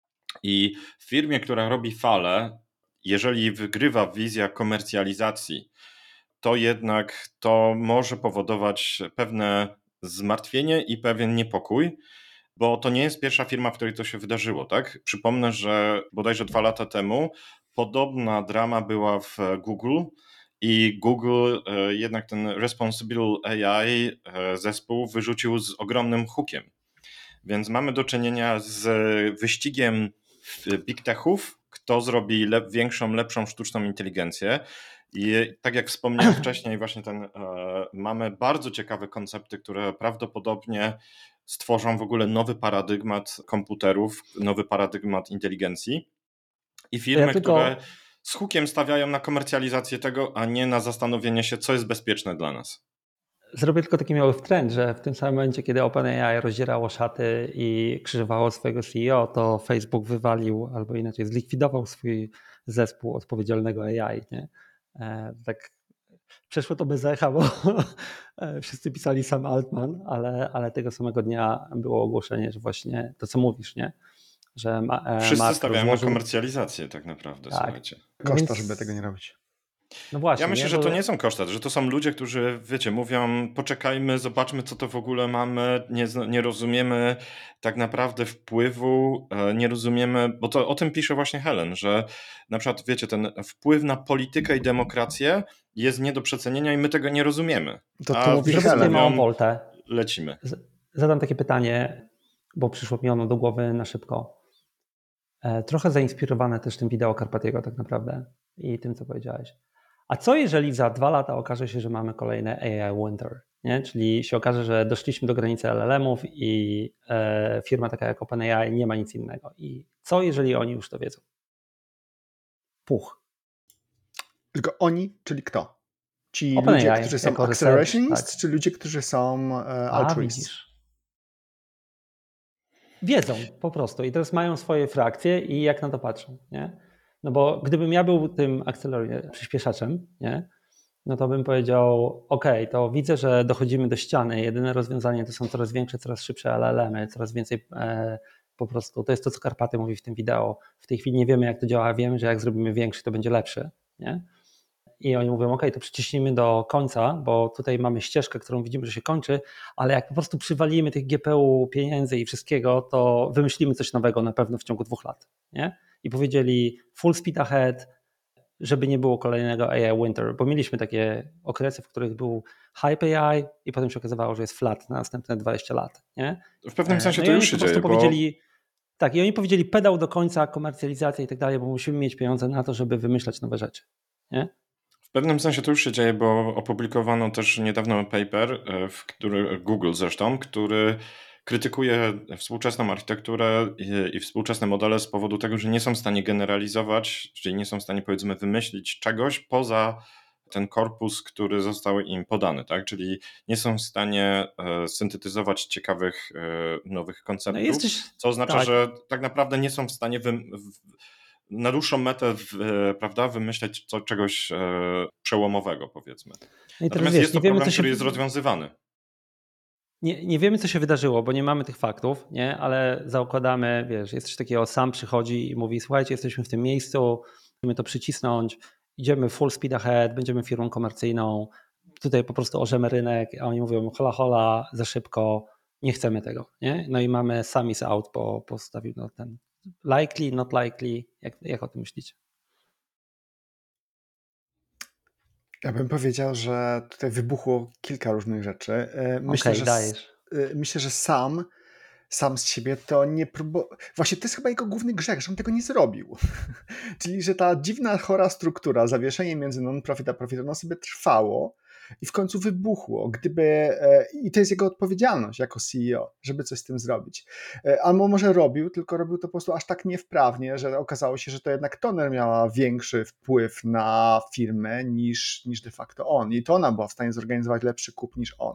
I w firmie, która robi falę, jeżeli wygrywa wizja komercjalizacji, to jednak to może powodować pewne zmartwienie i pewien niepokój, bo to nie jest pierwsza firma, w której to się wydarzyło, tak? Przypomnę, że bodajże 2 lata temu podobna drama była w Google i Google jednak ten Responsible AI zespół wyrzucił z ogromnym hukiem. Więc mamy do czynienia z wyścigiem big techów, kto zrobi większą, lepszą sztuczną inteligencję. I tak jak wspomniałem wcześniej, właśnie mamy bardzo ciekawe koncepty, które prawdopodobnie stworzą w ogóle nowy paradygmat komputerów, nowy paradygmat inteligencji. I firmy, które z hukiem stawiają na komercjalizację tego, a nie na zastanowienie się, co jest bezpieczne dla nas. Zrobię tylko taki mały trend, że w tym samym momencie, kiedy OpenAI rozdzierało szaty i krzyżowało swojego CEO, to Facebook wywalił, albo inaczej zlikwidował swój zespół odpowiedzialnego AI. Nie? Tak przeszło to bez echa, bo wszyscy pisali Sam Altman, ale tego samego dnia było ogłoszenie, że właśnie to, co mówisz, nie? Że wszyscy Mark stawiają na komercjalizację tak naprawdę, tak. słuchajcie. Koszta, żeby tego nie robić. No właśnie. Ja myślę, że to nie są koszty, że to są ludzie, którzy, wiecie, mówią, poczekajmy, zobaczmy, co to w ogóle mamy, nie rozumiemy tak naprawdę wpływu, nie rozumiemy, bo to o tym pisze właśnie Helen, że na przykład, wiecie, ten wpływ na politykę i demokrację jest nie do przecenienia i my tego nie rozumiemy. To A mówi wszyscy Helen. Małą mówią, woltę. lecimy. Zadam takie pytanie, bo przyszło mi ono do głowy na szybko. Trochę zainspirowane też tym wideo Karpatiego tak naprawdę i tym, co powiedziałeś. A co jeżeli za 2 lata okaże się, że mamy kolejne AI Winter? Nie? Czyli się okaże, że doszliśmy do granicy LLM-ów i firma taka jak OpenAI nie ma nic innego. I co jeżeli oni już to wiedzą? Puch. Tylko oni, czyli kto? Ci OpenAI ludzie, którzy są jako accelerationists, tak. czy ludzie, którzy są altruists? Widzisz. Wiedzą po prostu i teraz mają swoje frakcje i jak na to patrzą. Nie? No bo gdybym ja był tym przyspieszaczem, nie? No to bym powiedział, OK, to widzę, że dochodzimy do ściany. Jedyne rozwiązanie to są coraz większe, coraz szybsze LLM-y, coraz więcej po prostu. To jest to, co Karpaty mówi w tym wideo. W tej chwili nie wiemy, jak to działa, wiemy, że jak zrobimy większy, to będzie lepszy. Nie? I oni mówią, OK, to przyciśnijmy do końca, bo tutaj mamy ścieżkę, którą widzimy, że się kończy, ale jak po prostu przywalimy tych GPU, pieniędzy i wszystkiego, to wymyślimy coś nowego na pewno w ciągu 2 lat. Nie? I powiedzieli full speed ahead, żeby nie było kolejnego AI winter, bo mieliśmy takie okresy, w których był hype AI i potem się okazywało, że jest flat na następne 20 lat. Nie? W pewnym sensie No to i już oni się po prostu dzieje, powiedzieli, tak, i oni powiedzieli pedał do końca, komercjalizacja i tak dalej, bo musimy mieć pieniądze na to, żeby wymyślać nowe rzeczy. Nie? W pewnym sensie to już się dzieje, bo opublikowano też niedawno paper, Google zresztą, który krytykuje współczesną architekturę i współczesne modele z powodu tego, że nie są w stanie generalizować, czyli nie są w stanie, powiedzmy, wymyślić czegoś poza ten korpus, który został im podany, tak? Czyli nie są w stanie syntetyzować ciekawych nowych konceptów, co oznacza, tak. że tak naprawdę nie są w stanie na dłuższą metę, prawda, wymyśleć czegoś przełomowego, powiedzmy. No i teraz Natomiast jest to problem, który jest rozwiązywany. Nie wiemy, co się wydarzyło, bo nie mamy tych faktów, nie? Ale zakładamy, wiesz, jest coś takiego, sam przychodzi i mówi, słuchajcie, jesteśmy w tym miejscu, musimy to przycisnąć, idziemy full speed ahead, będziemy firmą komercyjną, tutaj po prostu orzemy rynek, a oni mówią hola hola, za szybko, nie chcemy tego. Nie? No i mamy sum is out, bo postawił no, ten likely, not likely. Jak o tym myślicie? Ja bym powiedział, że tutaj wybuchło kilka różnych rzeczy. Myślę, że sam z siebie to nie próbował. Właśnie to jest chyba jego główny grzech, że on tego nie zrobił. Czyli, że ta dziwna, chora struktura, zawieszenie między non-profit a profit, ono sobie trwało i w końcu wybuchło. I to jest jego odpowiedzialność jako CEO, żeby coś z tym zrobić. Albo może robił, tylko robił to po prostu aż tak niewprawnie, że okazało się, że to jednak Toner miała większy wpływ na firmę niż de facto on. I to ona była w stanie zorganizować lepszy kup niż on.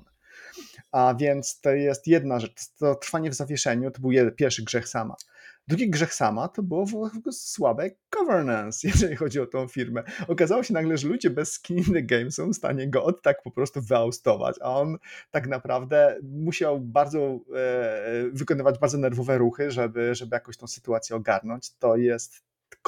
A więc to jest jedna rzecz, to trwanie w zawieszeniu, to był pierwszy grzech sama. Drugi grzech sama to było słabe governance, jeżeli chodzi o tą firmę. Okazało się nagle, że ludzie bez skin in the game są w stanie go tak po prostu wyaustować, a on tak naprawdę musiał wykonywać bardzo nerwowe ruchy, żeby jakoś tą sytuację ogarnąć. To jest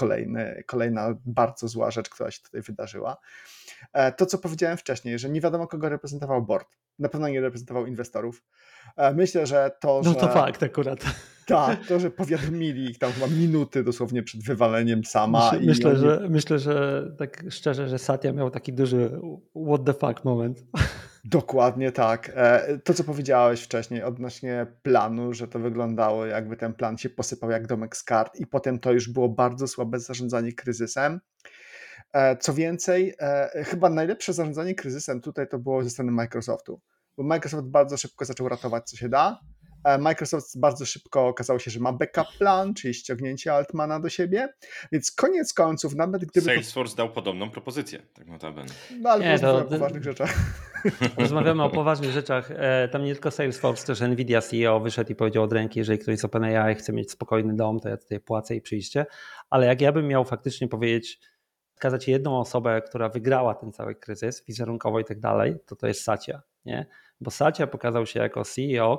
kolejna bardzo zła rzecz, która się tutaj wydarzyła. To, co powiedziałem wcześniej, że nie wiadomo, kogo reprezentował board. Na pewno nie reprezentował inwestorów. Myślę, że No to fakt akurat. Tak, to, że powiadomili ich tam chyba minuty dosłownie przed wywaleniem sama. Myślę, że tak szczerze, że Satya miał taki duży what the fuck moment. Dokładnie tak. To, co powiedziałeś wcześniej odnośnie planu, że to wyglądało jakby ten plan się posypał jak domek z kart i potem to już było bardzo słabe zarządzanie kryzysem. Co więcej, chyba najlepsze zarządzanie kryzysem tutaj to było ze strony Microsoftu, bo Microsoft bardzo szybko zaczął ratować co się da. Microsoft bardzo szybko okazało się, że ma backup plan, czyli ściągnięcie Altmana do siebie, więc koniec końców, nawet gdyby Salesforce dał podobną propozycję, tak notabene. No ale rozmawiamy o poważnych rzeczach. Rozmawiamy o poważnych rzeczach. Tam nie tylko Salesforce, też Nvidia CEO wyszedł i powiedział od ręki, jeżeli ktoś z OpenAI chce mieć spokojny dom, to ja tutaj płacę i przyjście. Ale jak ja bym miał faktycznie powiedzieć, wskazać jedną osobę, która wygrała ten cały kryzys wizerunkowo i tak dalej, to jest Satya, nie? Bo Satya pokazał się jako CEO,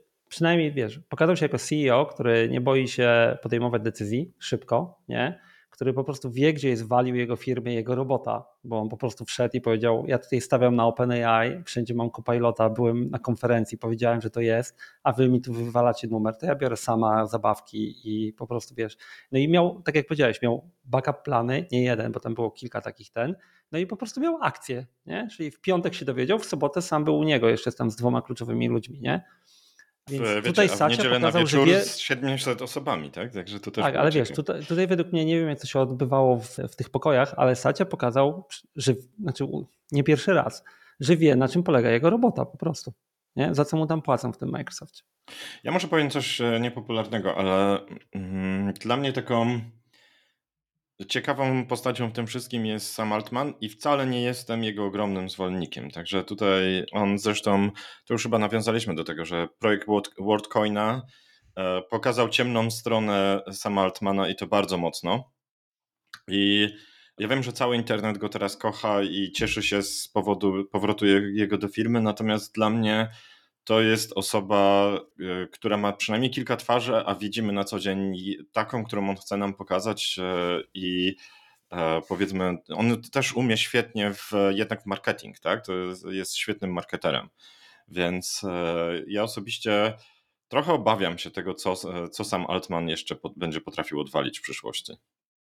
pokazał się jako CEO, który nie boi się podejmować decyzji szybko, nie? który po prostu wie, gdzie jest value jego firmy, jego robota, bo on po prostu wszedł i powiedział, ja tutaj stawiam na OpenAI, wszędzie mam Copilota, byłem na konferencji, powiedziałem, że to jest, a wy mi tu wywalacie numer, to ja biorę sama zabawki i po prostu wiesz. No i miał, tak jak powiedziałeś, miał backup plany, nie jeden, bo tam było kilka takich no i po prostu miał akcję, nie? Czyli w piątek się dowiedział, w sobotę sam był u niego jeszcze tam z 2 kluczowymi ludźmi, nie? Więc Wiecie, tutaj a w Satya niedzielę na pokazał, że wieczór wie... z 700 osobami, tak? Także to też Tak, było ale wiesz, ciekawe. tutaj według mnie nie wiem, jak to się odbywało w tych pokojach, ale Satya pokazał, że, znaczy nie pierwszy raz, że wie, na czym polega jego robota po prostu. Nie? Za co mu tam płacą w tym Microsoftie. Ja może powiem coś niepopularnego, ale dla mnie taką ciekawą postacią w tym wszystkim jest Sam Altman i wcale nie jestem jego ogromnym zwolennikiem. Także tutaj on zresztą, to już chyba nawiązaliśmy do tego, że projekt WorldCoina pokazał ciemną stronę Sama Altmana i to bardzo mocno. I ja wiem, że cały internet go teraz kocha i cieszy się z powodu powrotu jego do firmy, natomiast dla mnie to jest osoba, która ma przynajmniej kilka twarzy, a widzimy na co dzień taką, którą on chce nam pokazać i powiedzmy, on też umie świetnie jednak w marketing, tak? To jest świetnym marketerem, więc ja osobiście trochę obawiam się tego, co sam Altman jeszcze będzie potrafił odwalić w przyszłości.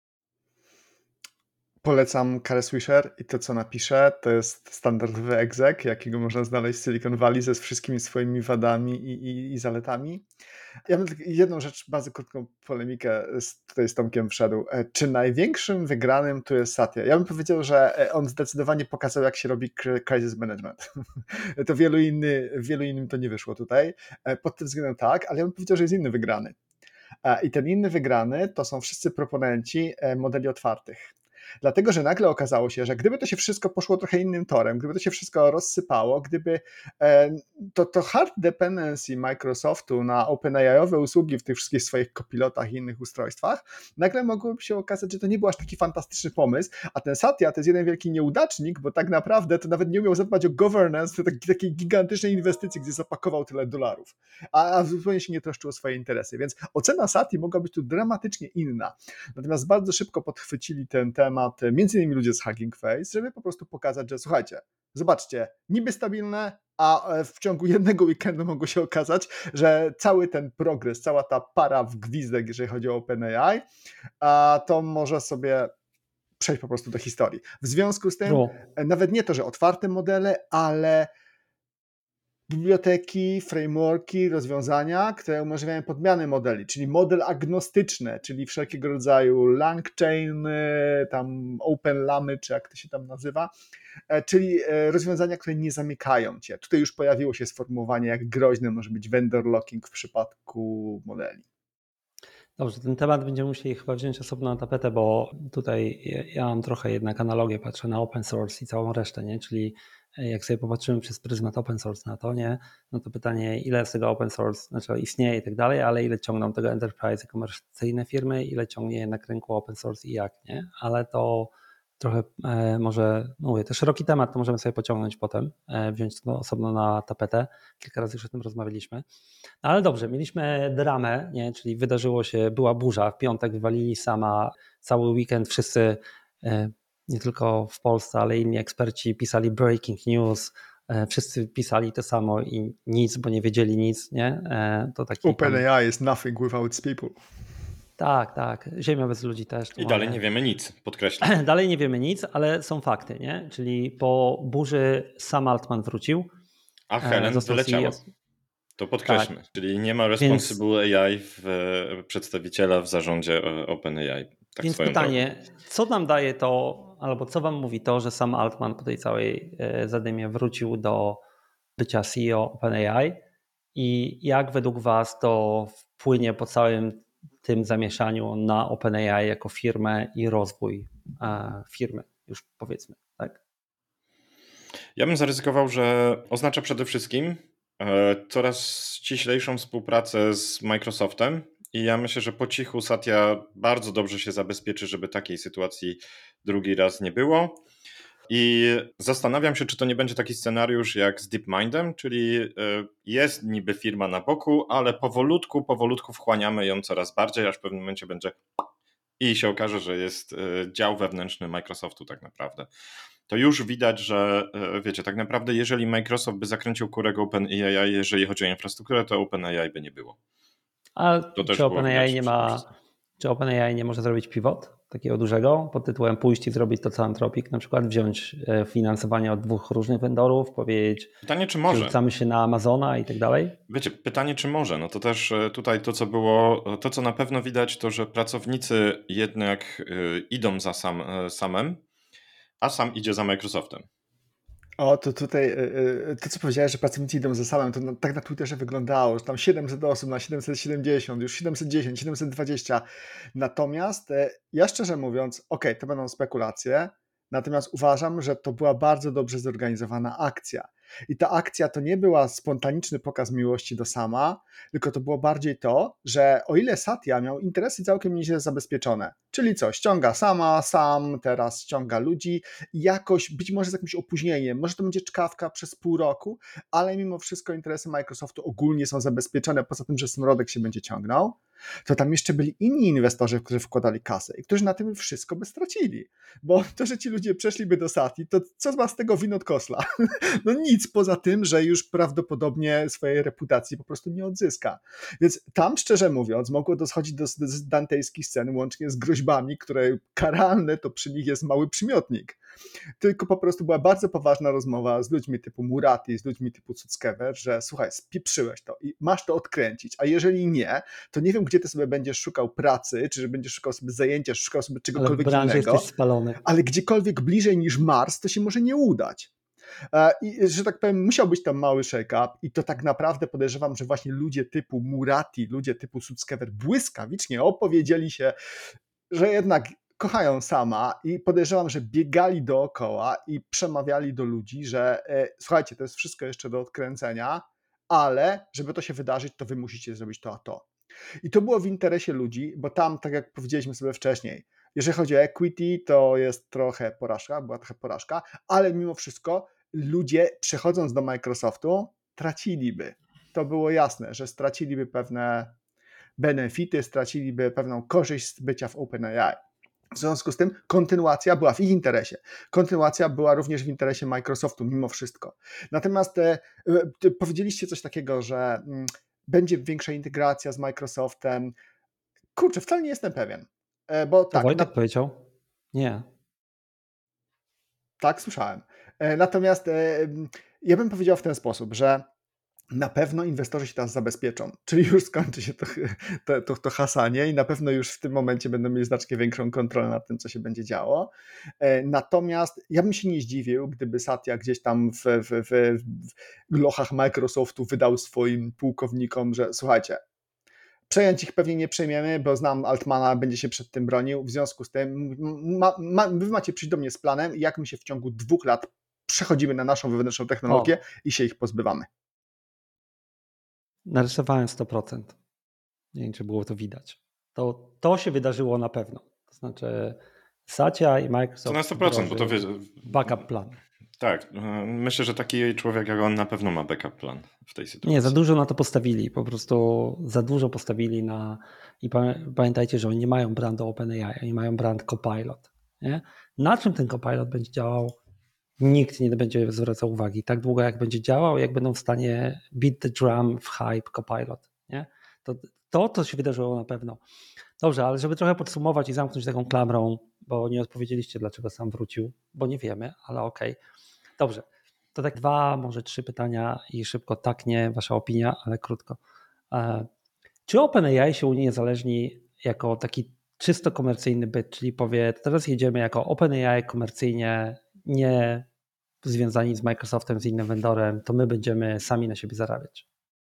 Polecam Kare Swisher i to, co napisze, to jest standardowy exec, jakiego można znaleźć w Silicon Valley ze wszystkimi swoimi wadami i zaletami. Ja bym tylko jedną rzecz, bardzo krótką polemikę tutaj z Tomkiem wszedł. Czy największym wygranym tu jest Satya? Ja bym powiedział, że on zdecydowanie pokazał, jak się robi crisis management. To wielu innym to nie wyszło tutaj. Pod tym względem tak, ale ja bym powiedział, że jest inny wygrany. I ten inny wygrany to są wszyscy proponenci modeli otwartych. Dlatego, że nagle okazało się, że gdyby to się wszystko poszło trochę innym torem, gdyby to się wszystko rozsypało, gdyby to hard dependency Microsoftu na OpenAI-owe usługi w tych wszystkich swoich copilotach i innych ustrojstwach, nagle mogłoby się okazać, że to nie był aż taki fantastyczny pomysł, a ten Satya to jest jeden wielki nieudacznik, bo tak naprawdę to nawet nie umiał zadbać o governance takiej gigantycznej inwestycji, gdzie zapakował tyle dolarów, a zupełnie się nie troszczył o swoje interesy, więc ocena Satya mogła być tu dramatycznie inna. Natomiast bardzo szybko podchwycili ten temat między innymi ludzie z Hugging Face, żeby po prostu pokazać, że słuchajcie, zobaczcie, niby stabilne, a w ciągu jednego weekendu mogło się okazać, że cały ten progres, cała ta para w gwizdek, jeżeli chodzi o OpenAI, to może sobie przejść po prostu do historii. W związku z tym, nawet nie to, że otwarte modele, ale biblioteki, frameworki, rozwiązania, które umożliwiają podmianę modeli, czyli model agnostyczny, czyli wszelkiego rodzaju LangChain, tam OpenLamy, czy jak to się tam nazywa, czyli rozwiązania, które nie zamykają cię. Tutaj już pojawiło się sformułowanie, jak groźny może być vendor locking w przypadku modeli. Dobrze, ten temat będziemy musieli chyba wziąć osobno na tapetę, bo tutaj ja mam trochę jednak analogię, patrzę na open source i całą resztę, nie? Czyli jak sobie popatrzymy przez pryzmat open source na to, nie? No to pytanie, ile z tego open source, znaczy istnieje i tak dalej, ale ile ciągną tego enterprise i komercyjne firmy, ile ciągnie jednak rynku open source i jak, nie? Ale to trochę może, no mówię, to szeroki temat, to możemy sobie pociągnąć potem, wziąć to osobno na tapetę. Kilka razy już o tym rozmawialiśmy. No ale dobrze, mieliśmy dramę, nie? Czyli wydarzyło się, była burza, w piątek wywalili sama, cały weekend wszyscy, nie tylko w Polsce, ale inni eksperci pisali breaking news, wszyscy pisali to samo i nic, bo nie wiedzieli nic, nie? To taki OpenAI is nothing without its people. Tak, Ziemia bez ludzi też. I dalej nie wiemy nic, podkreślam. Dalej nie wiemy nic, ale są fakty, nie? Czyli po burzy Sam Altman wrócił. A Helen wyleciała. To podkreślmy. Tak. Czyli nie ma responsible AI przedstawiciela w zarządzie OpenAI. Tak. Więc pytanie, co nam daje to, albo co wam mówi to, że Sam Altman po tej całej zadymie wrócił do bycia CEO OpenAI i jak według was to wpłynie po całym tym zamieszaniu na OpenAI jako firmę i rozwój firmy, już powiedzmy, tak? Ja bym zaryzykował, że oznacza przede wszystkim coraz ściślejszą współpracę z Microsoftem i ja myślę, że po cichu Satya bardzo dobrze się zabezpieczy, żeby takiej sytuacji drugi raz nie było. I zastanawiam się, czy to nie będzie taki scenariusz jak z DeepMindem, czyli jest niby firma na boku, ale powolutku wchłaniamy ją coraz bardziej, aż w pewnym momencie będzie i się okaże, że jest dział wewnętrzny Microsoftu tak naprawdę. To już widać, że wiecie, tak naprawdę jeżeli Microsoft by zakręcił kurek OpenAI, jeżeli chodzi o infrastrukturę, to OpenAI by nie było. A To też czy było widać czy OpenAI nie może zrobić pivot takiego dużego pod tytułem pójść i zrobić to co Anthropic, na przykład wziąć finansowanie od 2 różnych vendorów, powiedzieć, pytanie, czy może? przerzucamy się na Amazona i tak dalej? Wiecie, pytanie, czy może? No to też tutaj to, co było, to, co na pewno widać, to, że pracownicy jednak idą za samem, a sam idzie za Microsoftem. O, to tutaj, to co powiedziałeś, że pracownicy idą ze samym, to tak na Twitterze wyglądało, że tam 700 osób na 770, już 710, 720. Natomiast ja szczerze mówiąc, okej, to będą spekulacje, natomiast uważam, że to była bardzo dobrze zorganizowana akcja. I ta akcja to nie była spontaniczny pokaz miłości do sama, tylko to było bardziej to, że o ile Satya miał interesy całkiem nieźle zabezpieczone, czyli co, ściąga sam, teraz ściąga ludzi, jakoś, być może z jakimś opóźnieniem, może to będzie czkawka przez pół roku, ale mimo wszystko interesy Microsoftu ogólnie są zabezpieczone, poza tym, że smrodek się będzie ciągnął, to tam jeszcze byli inni inwestorzy, którzy wkładali kasę i którzy na tym wszystko by stracili, bo to, że ci ludzie przeszliby do Sati, to co ma z tego win od kosla? No nic, poza tym, że już prawdopodobnie swojej reputacji po prostu nie odzyska. Więc tam, szczerze mówiąc, mogło dochodzić do dantejskich scen, łącznie z groźbami, które karalne to przy nich jest mały przymiotnik. Tylko po prostu była bardzo poważna rozmowa z ludźmi typu Murati, z ludźmi typu Sutskever, że słuchaj, spieprzyłeś to i masz to odkręcić, a jeżeli nie, to nie wiem, gdzie ty sobie będziesz szukał pracy, czy że będziesz szukał sobie zajęcia, czy szukał sobie czegokolwiek ale w branży innego, jesteś spalony. Ale gdziekolwiek bliżej niż Mars, to się może nie udać. I, że tak powiem, musiał być tam mały shake-up i to tak naprawdę podejrzewam, że właśnie ludzie typu Murati, ludzie typu Sutskever błyskawicznie opowiedzieli się, że jednak kochają sama i podejrzewam, że biegali dookoła i przemawiali do ludzi, że słuchajcie, to jest wszystko jeszcze do odkręcenia, ale żeby to się wydarzyć, to wy musicie zrobić to a to. I to było w interesie ludzi, bo tam, tak jak powiedzieliśmy sobie wcześniej, jeżeli chodzi o equity, to jest trochę porażka, była trochę porażka, ale mimo wszystko ludzie przechodząc do Microsoftu traciliby. To było jasne, że straciliby pewne benefity, straciliby pewną korzyść z bycia w OpenAI. W związku z tym kontynuacja była w ich interesie. Kontynuacja była również w interesie Microsoftu mimo wszystko. Natomiast powiedzieliście coś takiego, że będzie większa integracja z Microsoftem. Kurczę, wcale nie jestem pewien. Bo To tak, Wojtek powiedział? Nie. Tak, słyszałem. Natomiast ja bym powiedział w ten sposób, że na pewno inwestorzy się teraz zabezpieczą, czyli już skończy się to hasanie i na pewno już w tym momencie będą mieli znacznie większą kontrolę nad tym, co się będzie działo. Natomiast ja bym się nie zdziwił, gdyby Satya gdzieś tam w lochach Microsoftu wydał swoim pułkownikom, że słuchajcie, przejąć ich pewnie nie przejmiemy, bo znam Altmana, będzie się przed tym bronił. W związku z tym wy macie przyjść do mnie z planem, jak my się w ciągu 2 lat przechodzimy na naszą wewnętrzną technologię i się ich pozbywamy. Narysowałem 100%. Nie wiem, czy było to widać. To się wydarzyło na pewno. To znaczy Satya i Microsoft To na 100%, bo to wiesz, backup plan. Tak, myślę, że taki człowiek jak on na pewno ma backup plan w tej sytuacji. Nie, za dużo na to postawili, po prostu za dużo postawili na i pamiętajcie, że oni nie mają brandu OpenAI, oni mają brand Copilot. Nie? Na czym ten Copilot będzie działał, nikt nie będzie zwracał uwagi. Tak długo jak będzie działał, jak będą w stanie beat the drum w hype Copilot. Nie? To się wydarzyło na pewno. Dobrze, ale żeby trochę podsumować i zamknąć taką klamrą, bo nie odpowiedzieliście, dlaczego sam wrócił, bo nie wiemy, ale okej. Dobrze, to tak 2, może 3 pytania i szybko, tak, nie, wasza opinia, ale krótko. Czy OpenAI się uniezależni jako taki czysto komercyjny byt, czyli powie, teraz jedziemy jako OpenAI komercyjnie, nie związani z Microsoftem, z innym vendorem, to my będziemy sami na siebie zarabiać?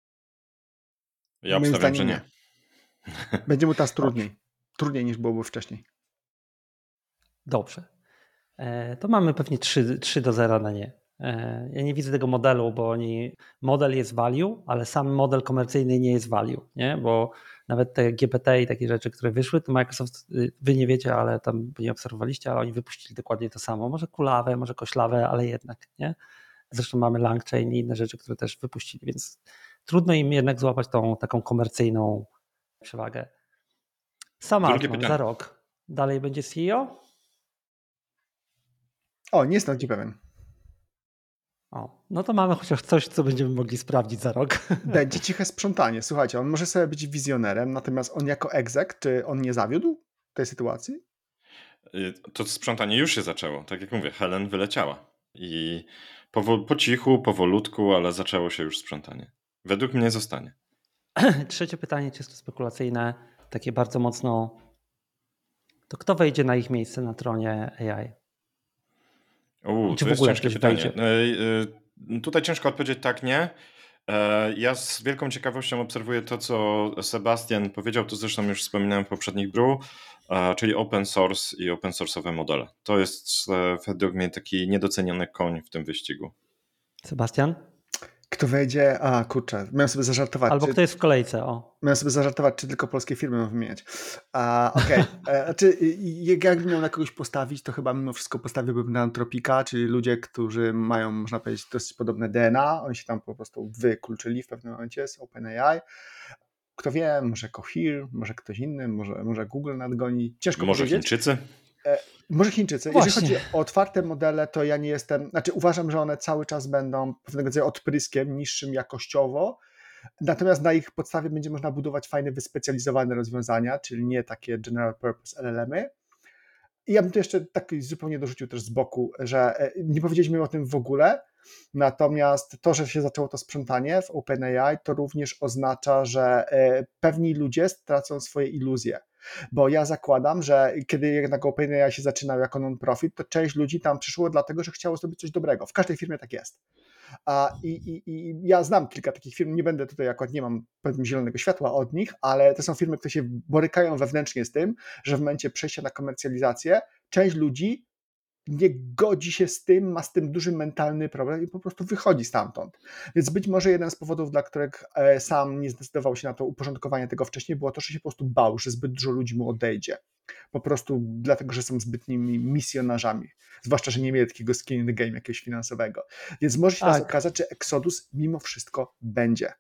Ja obstawiam, że nie. Będzie mu teraz trudniej. Trudniej niż byłoby wcześniej. Dobrze. To mamy pewnie 3-0 na nie. Ja nie widzę tego modelu, bo model jest value, ale sam model komercyjny nie jest value, nie? Bo nawet te GPT i takie rzeczy, które wyszły, to Microsoft, wy nie wiecie, ale tam nie obserwowaliście, ale oni wypuścili dokładnie to samo. Może kulawę, może koślawę, ale jednak, nie? Zresztą mamy LangChain i inne rzeczy, które też wypuścili, więc trudno im jednak złapać tą taką komercyjną przewagę. Sam Altman za rok dalej będzie CEO? O, nie jestem ci pewien. O, no to mamy chociaż coś, co będziemy mogli sprawdzić za rok. Będzie ciche sprzątanie. Słuchajcie, on może sobie być wizjonerem, natomiast on jako exec, czy on nie zawiódł w tej sytuacji? To sprzątanie już się zaczęło. Tak jak mówię, Helen wyleciała. I po cichu, powolutku, ale zaczęło się już sprzątanie. Według mnie zostanie. Trzecie pytanie, czysto spekulacyjne, takie bardzo mocno. To kto wejdzie na ich miejsce na tronie AI? To jest ciężkie pytanie. Tutaj ciężko odpowiedzieć tak, nie. Ja z wielką ciekawością obserwuję to, co Sebastian powiedział, to zresztą już wspominałem w poprzednich brew, czyli open source i open source'owe modele. To jest według mnie taki niedoceniony koń w tym wyścigu. Sebastian? Kto wejdzie? Kurczę, miałem sobie zażartować. Albo kto jest w kolejce, Miałem sobie zażartować, czy tylko polskie firmy mam wymieniać. Okej. Znaczy, jakbym miał na kogoś postawić, to chyba mimo wszystko postawiłbym na Antropika, czyli ludzie, którzy mają, można powiedzieć, dosyć podobne DNA. Oni się tam po prostu wykluczyli w pewnym momencie z OpenAI. Kto wie, może Cohere, może ktoś inny, może Google nadgoni. Ciężko może powiedzieć. Chińczycy? Może Chińczycy. Właśnie. Jeżeli chodzi o otwarte modele, to ja nie jestem, uważam, że one cały czas będą pewnego rodzaju odpryskiem niższym jakościowo, natomiast na ich podstawie będzie można budować fajne, wyspecjalizowane rozwiązania, czyli nie takie general purpose LLM-y. I ja bym tu jeszcze tak zupełnie dorzucił też z boku, że nie powiedzieliśmy o tym w ogóle, natomiast to, że się zaczęło to sprzątanie w OpenAI, to również oznacza, że pewni ludzie stracą swoje iluzje. Bo ja zakładam, że kiedy jednak OpenAI się zaczynał jako non-profit, to część ludzi tam przyszło dlatego, że chciało zrobić coś dobrego. W każdej firmie tak jest. I ja znam kilka takich firm, nie będę tutaj, akurat nie mam pewnie zielonego światła od nich, ale to są firmy, które się borykają wewnętrznie z tym, że w momencie przejścia na komercjalizację część ludzi nie godzi się z tym, ma z tym duży mentalny problem i po prostu wychodzi stamtąd. Więc być może jeden z powodów, dla których sam nie zdecydował się na to uporządkowanie tego wcześniej, było to, że się po prostu bał, że zbyt dużo ludzi mu odejdzie. Po prostu dlatego, że są zbytnimi misjonarzami. Zwłaszcza, że nie mieli takiego skin in the game jakiegoś finansowego. Więc może się teraz okazać, że Exodus mimo wszystko będzie.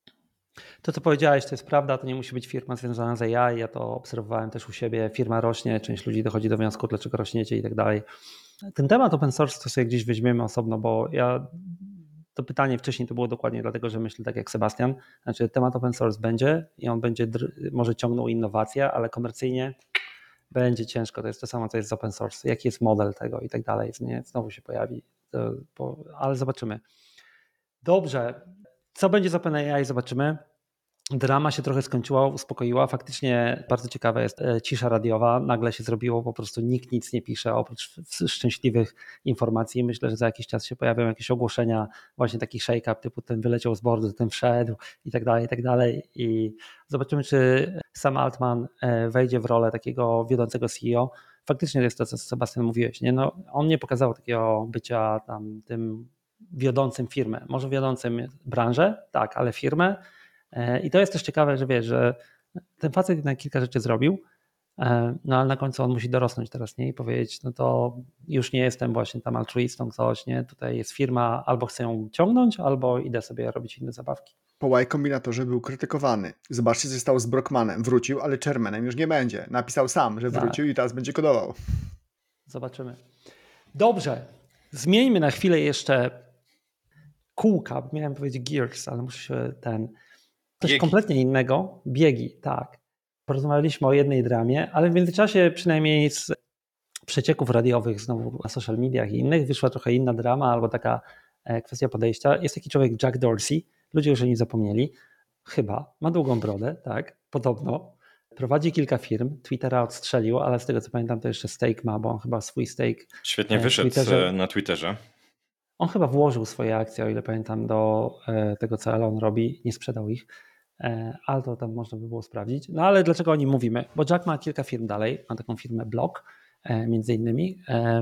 To, co powiedziałeś, to jest prawda, to nie musi być firma związana z AI, ja to obserwowałem też u siebie, firma rośnie, część ludzi dochodzi do wniosku, dlaczego rośniecie i tak dalej. Ten temat open source to sobie gdzieś weźmiemy osobno, bo to pytanie wcześniej to było dokładnie dlatego, że myślę tak jak Sebastian, znaczy temat open source będzie i on będzie może ciągnął innowacje, ale komercyjnie będzie ciężko, to jest to samo, co jest z open source, jaki jest model tego i tak dalej, nie? Znowu się pojawi, ale zobaczymy. Dobrze, co będzie z OpenAI, zobaczymy. Drama się trochę skończyła, uspokoiła. Faktycznie bardzo ciekawa jest cisza radiowa. Nagle się zrobiło, po prostu nikt nic nie pisze oprócz szczęśliwych informacji. Myślę, że za jakiś czas się pojawią jakieś ogłoszenia, właśnie taki shake-up typu ten wyleciał z bordu, ten wszedł i tak dalej, i tak dalej. I zobaczymy, czy Sam Altman wejdzie w rolę takiego wiodącego CEO. Faktycznie to jest to, co Sebastian mówiłeś. Nie? No, on nie pokazał takiego bycia tam tym wiodącym firmę. Może wiodącym branżę, tak, ale firmę. I to jest też ciekawe, że wiesz, że ten facet jednak kilka rzeczy zrobił, no ale na końcu on musi dorosnąć teraz, nie? I powiedzieć, no to już nie jestem właśnie tam altruistą, coś, nie? Tutaj jest firma, albo chcę ją ciągnąć, albo idę sobie robić inne zabawki. Po Y Kombinatorze był krytykowany. Zobaczcie, co się stało z Brockmanem. Wrócił, ale chairmanem już nie będzie. Napisał sam, że wrócił i teraz będzie kodował. Zobaczymy. Dobrze, zmieńmy na chwilę jeszcze kółka. Miałem powiedzieć gears, ale muszę się coś kompletnie innego. Biegi, tak. Porozmawialiśmy o jednej dramie, ale w międzyczasie przynajmniej z przecieków radiowych znowu na social mediach i innych wyszła trochę inna drama albo taka kwestia podejścia. Jest taki człowiek Jack Dorsey, ludzie już o nim zapomnieli, chyba, ma długą brodę, tak, podobno. Prowadzi kilka firm, Twittera odstrzelił, ale z tego co pamiętam to jeszcze stake ma, bo on chyba swój stake świetnie wyszedł na Twitterze. On chyba włożył swoje akcje, o ile pamiętam, do tego, co Elon robi, nie sprzedał ich, ale to tam można by było sprawdzić. No ale dlaczego o nim mówimy? Bo Jack ma kilka firm dalej, ma taką firmę Block, między innymi,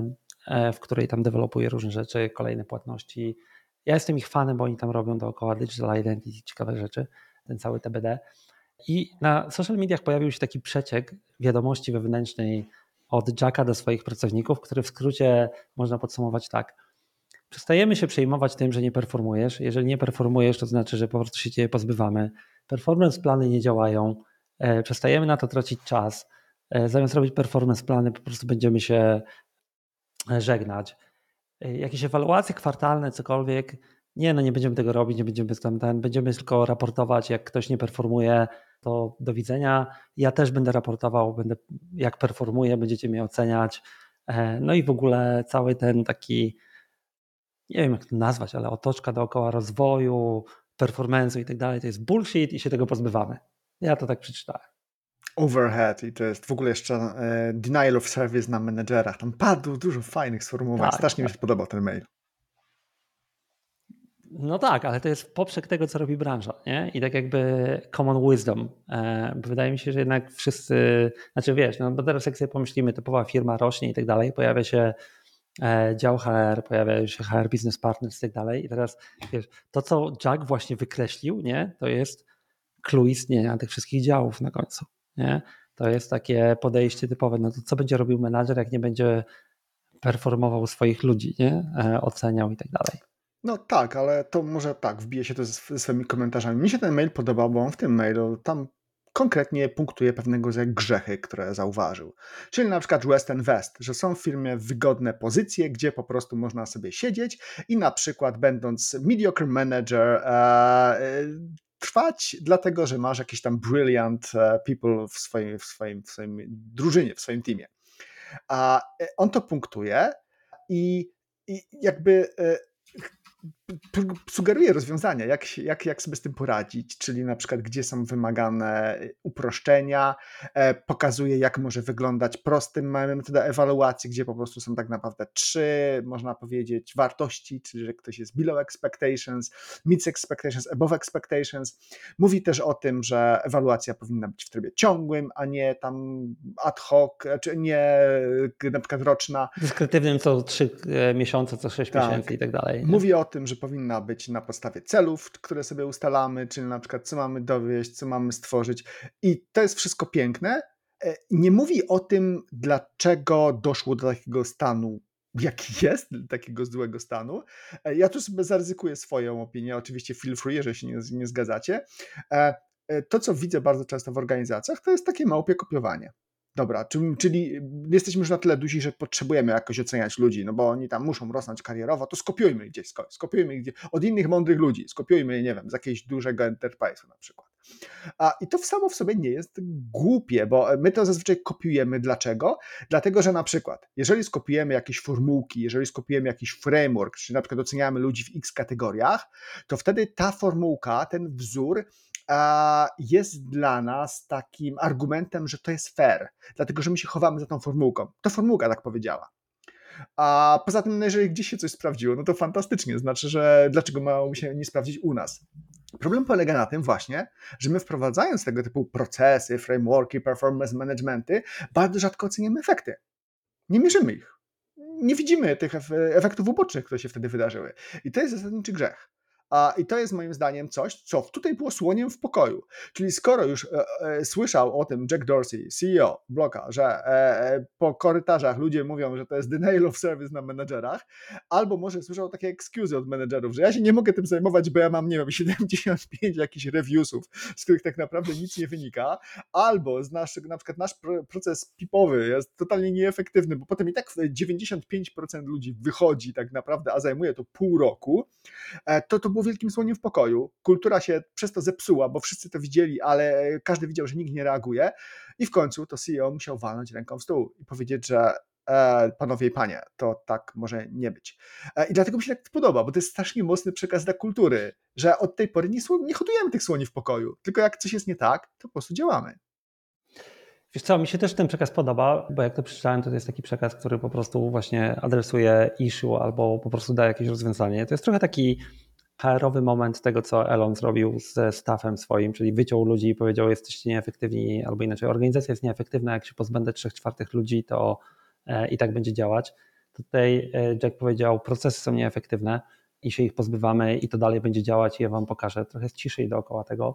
w której tam dewelopuje różne rzeczy, kolejne płatności. Ja jestem ich fanem, bo oni tam robią dookoła Digital Identity ciekawe rzeczy, ten cały TBD. I na social mediach pojawił się taki przeciek wiadomości wewnętrznej od Jacka do swoich pracowników, który w skrócie można podsumować tak. Przestajemy się przejmować tym, że nie performujesz. Jeżeli nie performujesz, to znaczy, że po prostu się ciebie pozbywamy. Performance plany nie działają. Przestajemy na to tracić czas. Zamiast robić performance plany, po prostu będziemy się żegnać. Jakieś ewaluacje kwartalne, cokolwiek, nie będziemy tego robić, nie będziemy będziemy tylko raportować, jak ktoś nie performuje, to do widzenia. Ja też będę raportował, jak performuję, będziecie mnie oceniać. No i w ogóle cały ten taki, nie wiem jak to nazwać, ale otoczka dookoła rozwoju, performance'u i tak dalej, to jest bullshit i się tego pozbywamy. Ja to tak przeczytałem. Overhead i to jest w ogóle jeszcze denial of service na menedżerach. Tam padło dużo fajnych sformułowań. Tak, Strasznie mi tak. się podobał ten mail. No tak, ale to jest poprzek tego, co robi branża, nie? I tak jakby common wisdom. Bo wydaje mi się, że jednak wszyscy, znaczy wiesz, no bo teraz jak sobie pomyślimy, typowa firma rośnie i tak dalej, pojawia się dział HR, pojawia się HR Business Partners i tak dalej. I teraz wiesz, to co Jack właśnie wykreślił, nie? To jest clue istnienia tych wszystkich działów na końcu, nie? To jest takie podejście typowe, no to co będzie robił menadżer, jak nie będzie performował swoich ludzi, nie? Oceniał i tak dalej. No tak, ale to może tak, wbije się to ze swoimi komentarzami. Mi się ten mail podobał, bo on w tym mailu tam konkretnie punktuje pewnego rodzaju grzechy, które zauważył. Czyli na przykład West and West, że są w firmie wygodne pozycje, gdzie po prostu można sobie siedzieć i na przykład będąc mediocre manager trwać, dlatego że masz jakieś tam brilliant people w swoim drużynie, w swoim teamie. A on to punktuje i jakby sugeruje rozwiązania, jak sobie z tym poradzić, czyli na przykład gdzie są wymagane uproszczenia, pokazuje jak może wyglądać prostym metoda ewaluacji, gdzie po prostu są tak naprawdę 3, można powiedzieć, wartości, czyli że ktoś jest below expectations, meets expectations, above expectations. Mówi też o tym, że ewaluacja powinna być w trybie ciągłym, a nie tam ad hoc, czy nie na przykład roczna. Dyskretywnym co 3 miesiące, co 6 miesięcy i tak dalej. Mówi o tym, że powinna być na podstawie celów, które sobie ustalamy, czyli na przykład co mamy dowieść, co mamy stworzyć i to jest wszystko piękne. Nie mówi o tym, dlaczego doszło do takiego stanu, jaki jest, takiego złego stanu. Ja tu sobie zaryzykuję swoją opinię, oczywiście feel free, jeżeli się nie zgadzacie. To, co widzę bardzo często w organizacjach, to jest takie małpie kopiowanie. Dobra, czyli jesteśmy już na tyle duzi, że potrzebujemy jakoś oceniać ludzi, no bo oni tam muszą rosnąć karierowo, to skopiujmy gdzieś, od innych mądrych ludzi, skopiujmy, nie wiem, z jakiegoś dużego enterprise'u na przykład. I to samo w sobie nie jest głupie, bo my to zazwyczaj kopiujemy. Dlaczego? Dlatego, że na przykład, jeżeli skopiujemy jakieś formułki, jeżeli skopiujemy jakiś framework, czyli na przykład oceniamy ludzi w X kategoriach, to wtedy ta formułka, ten wzór jest dla nas takim argumentem, że to jest fair, dlatego że my się chowamy za tą formułką. To formułka tak powiedziała. A poza tym, jeżeli gdzieś się coś sprawdziło, no to fantastycznie, znaczy, że dlaczego mało się nie sprawdzić u nas? Problem polega na tym właśnie, że my wprowadzając tego typu procesy, frameworki, performance managementy, bardzo rzadko oceniamy efekty. Nie mierzymy ich. Nie widzimy tych efektów ubocznych, które się wtedy wydarzyły. I to jest zasadniczy grzech. I to jest moim zdaniem coś, co tutaj było słoniem w pokoju. Czyli skoro już słyszał o tym Jack Dorsey, CEO Bloka, że po korytarzach ludzie mówią, że to jest denial of service na menedżerach, albo może słyszał takie excuse od menedżerów, że ja się nie mogę tym zajmować, bo ja mam, nie wiem, 75 jakichś reviewsów, z których tak naprawdę nic nie wynika, albo na przykład nasz proces pipowy jest totalnie nieefektywny, bo potem i tak 95% ludzi wychodzi tak naprawdę, a zajmuje to pół roku, to było wielkim słoniem w pokoju. Kultura się przez to zepsuła, bo wszyscy to widzieli, ale każdy widział, że nikt nie reaguje i w końcu to CEO musiał walnąć ręką w stół i powiedzieć, że panowie i panie, to tak może nie być. I dlatego mi się tak podoba, bo to jest strasznie mocny przekaz dla kultury, że od tej pory nie hodujemy tych słoni w pokoju, tylko jak coś jest nie tak, to po prostu działamy. Wiesz co, mi się też ten przekaz podoba, bo jak to przeczytałem, to jest taki przekaz, który po prostu właśnie adresuje issue albo po prostu daje jakieś rozwiązanie. To jest trochę taki HR-owy moment tego, co Elon zrobił ze staffem swoim, czyli wyciął ludzi i powiedział, jesteście nieefektywni, albo inaczej, organizacja jest nieefektywna, jak się pozbędę 3/4 ludzi, to i tak będzie działać. Tutaj Jack powiedział, procesy są nieefektywne i się ich pozbywamy i to dalej będzie działać i ja wam pokażę. Trochę jest ciszej dookoła tego.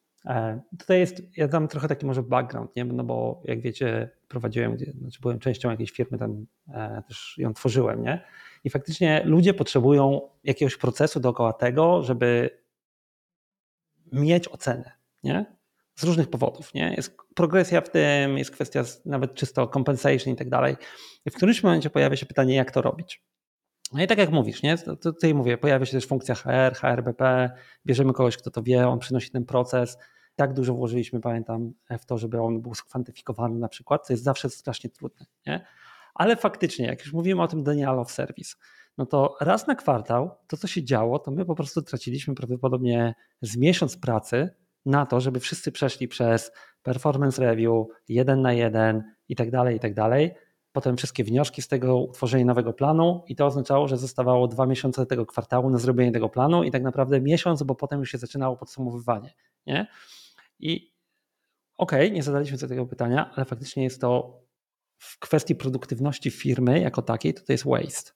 Tutaj ja dam trochę taki może background, nie? No bo jak wiecie, byłem częścią jakiejś firmy, tam też ją tworzyłem, nie? I faktycznie ludzie potrzebują jakiegoś procesu dookoła tego, żeby mieć ocenę, nie? z różnych powodów, nie? Jest progresja w tym, jest kwestia nawet czysto compensation i tak dalej. I w którymś momencie pojawia się pytanie, jak to robić. No i tak jak mówisz, nie? To tutaj mówię, pojawia się też funkcja HR, HRBP, bierzemy kogoś, kto to wie, on przynosi ten proces. Tak dużo włożyliśmy, pamiętam, w to, żeby on był skwantyfikowany na przykład, co jest zawsze strasznie trudne, nie? Ale faktycznie, jak już mówimy o tym denial of service, no to raz na kwartał to, co się działo, to my po prostu traciliśmy prawdopodobnie z miesiąc pracy na to, żeby wszyscy przeszli przez performance review, 1 na 1 i tak dalej. Potem wszystkie wnioski z tego, utworzenie nowego planu i to oznaczało, że zostawało 2 miesiące tego kwartału na zrobienie tego planu i tak naprawdę miesiąc, bo potem już się zaczynało podsumowywanie. Nie? I nie zadaliśmy sobie tego pytania, ale faktycznie jest to w kwestii produktywności firmy jako takiej, to jest waste.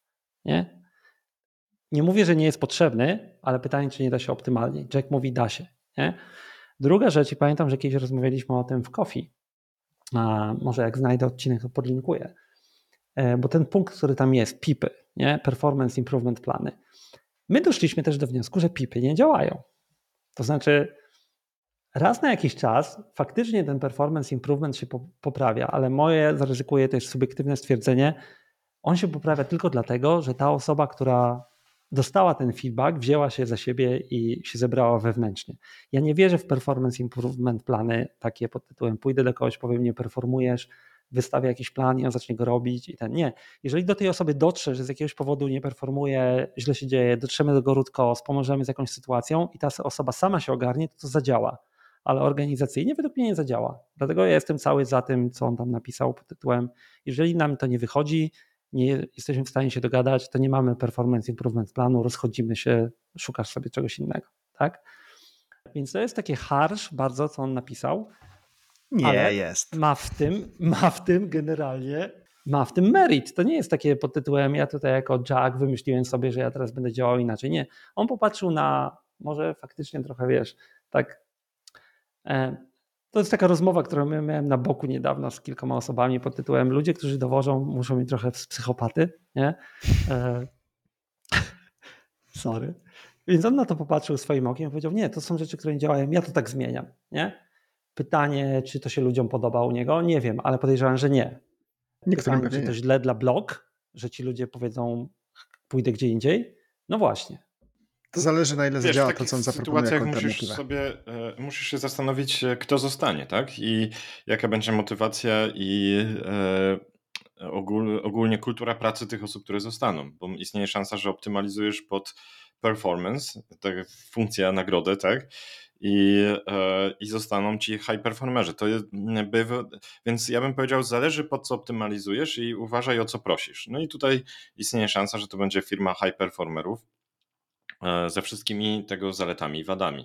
Nie mówię, że nie jest potrzebny, ale pytanie, czy nie da się optymalnie. Jack mówi, da się. Nie? Druga rzecz, i pamiętam, że kiedyś rozmawialiśmy o tym w Coffee, a może jak znajdę odcinek, to podlinkuję, bo ten punkt, który tam jest, PIPy, nie? Performance Improvement Plany, my doszliśmy też do wniosku, że PIPy nie działają. To znaczy raz na jakiś czas faktycznie ten performance improvement się poprawia, ale moje, zaryzykuję też subiektywne stwierdzenie, on się poprawia tylko dlatego, że ta osoba, która dostała ten feedback, wzięła się za siebie i się zebrała wewnętrznie. Ja nie wierzę w performance improvement plany takie pod tytułem pójdę do kogoś, powiem nie performujesz, wystawię jakiś plan i on zacznie go robić i ten. Nie. Jeżeli do tej osoby dotrze, że z jakiegoś powodu nie performuje, źle się dzieje, dotrzemy do go root cause, pomożemy z jakąś sytuacją i ta osoba sama się ogarnie, to zadziała. Ale organizacyjnie według mnie nie zadziała. Dlatego ja jestem cały za tym, co on tam napisał pod tytułem jeżeli nam to nie wychodzi, nie jesteśmy w stanie się dogadać, to nie mamy performance improvement planu, rozchodzimy się, szukasz sobie czegoś innego. Tak? Więc to jest takie harsh bardzo, co on napisał. Nie jest. Ma w tym generalnie, ma w tym merit. To nie jest takie pod tytułem ja tutaj jako Jack wymyśliłem sobie, że ja teraz będę działał inaczej. Nie. On popatrzył na, może faktycznie trochę wiesz, tak. To jest taka rozmowa, którą miałem na boku niedawno z kilkoma osobami pod tytułem ludzie, którzy dowożą, muszą mieć trochę psychopaty, nie? Sorry. Więc on na to popatrzył swoim okiem i powiedział, nie, to są rzeczy, które nie działają, ja to tak zmieniam, nie? Pytanie, czy to się ludziom podoba u niego, nie wiem, ale podejrzewam, że nie. Pytanie, czy to źle dla blog, że ci ludzie powiedzą, pójdę gdzie indziej? No właśnie. To zależy, na ile zadziała to, co on zaproponuje jako musisz się zastanowić, kto zostanie, tak? I jaka będzie motywacja i ogólnie kultura pracy tych osób, które zostaną, bo istnieje szansa, że optymalizujesz pod performance, tak, funkcja nagrody, tak? I zostaną ci high performerzy. To jest, więc ja bym powiedział, zależy po co optymalizujesz i uważaj o co prosisz. No i tutaj istnieje szansa, że to będzie firma high performerów ze wszystkimi tego zaletami i wadami.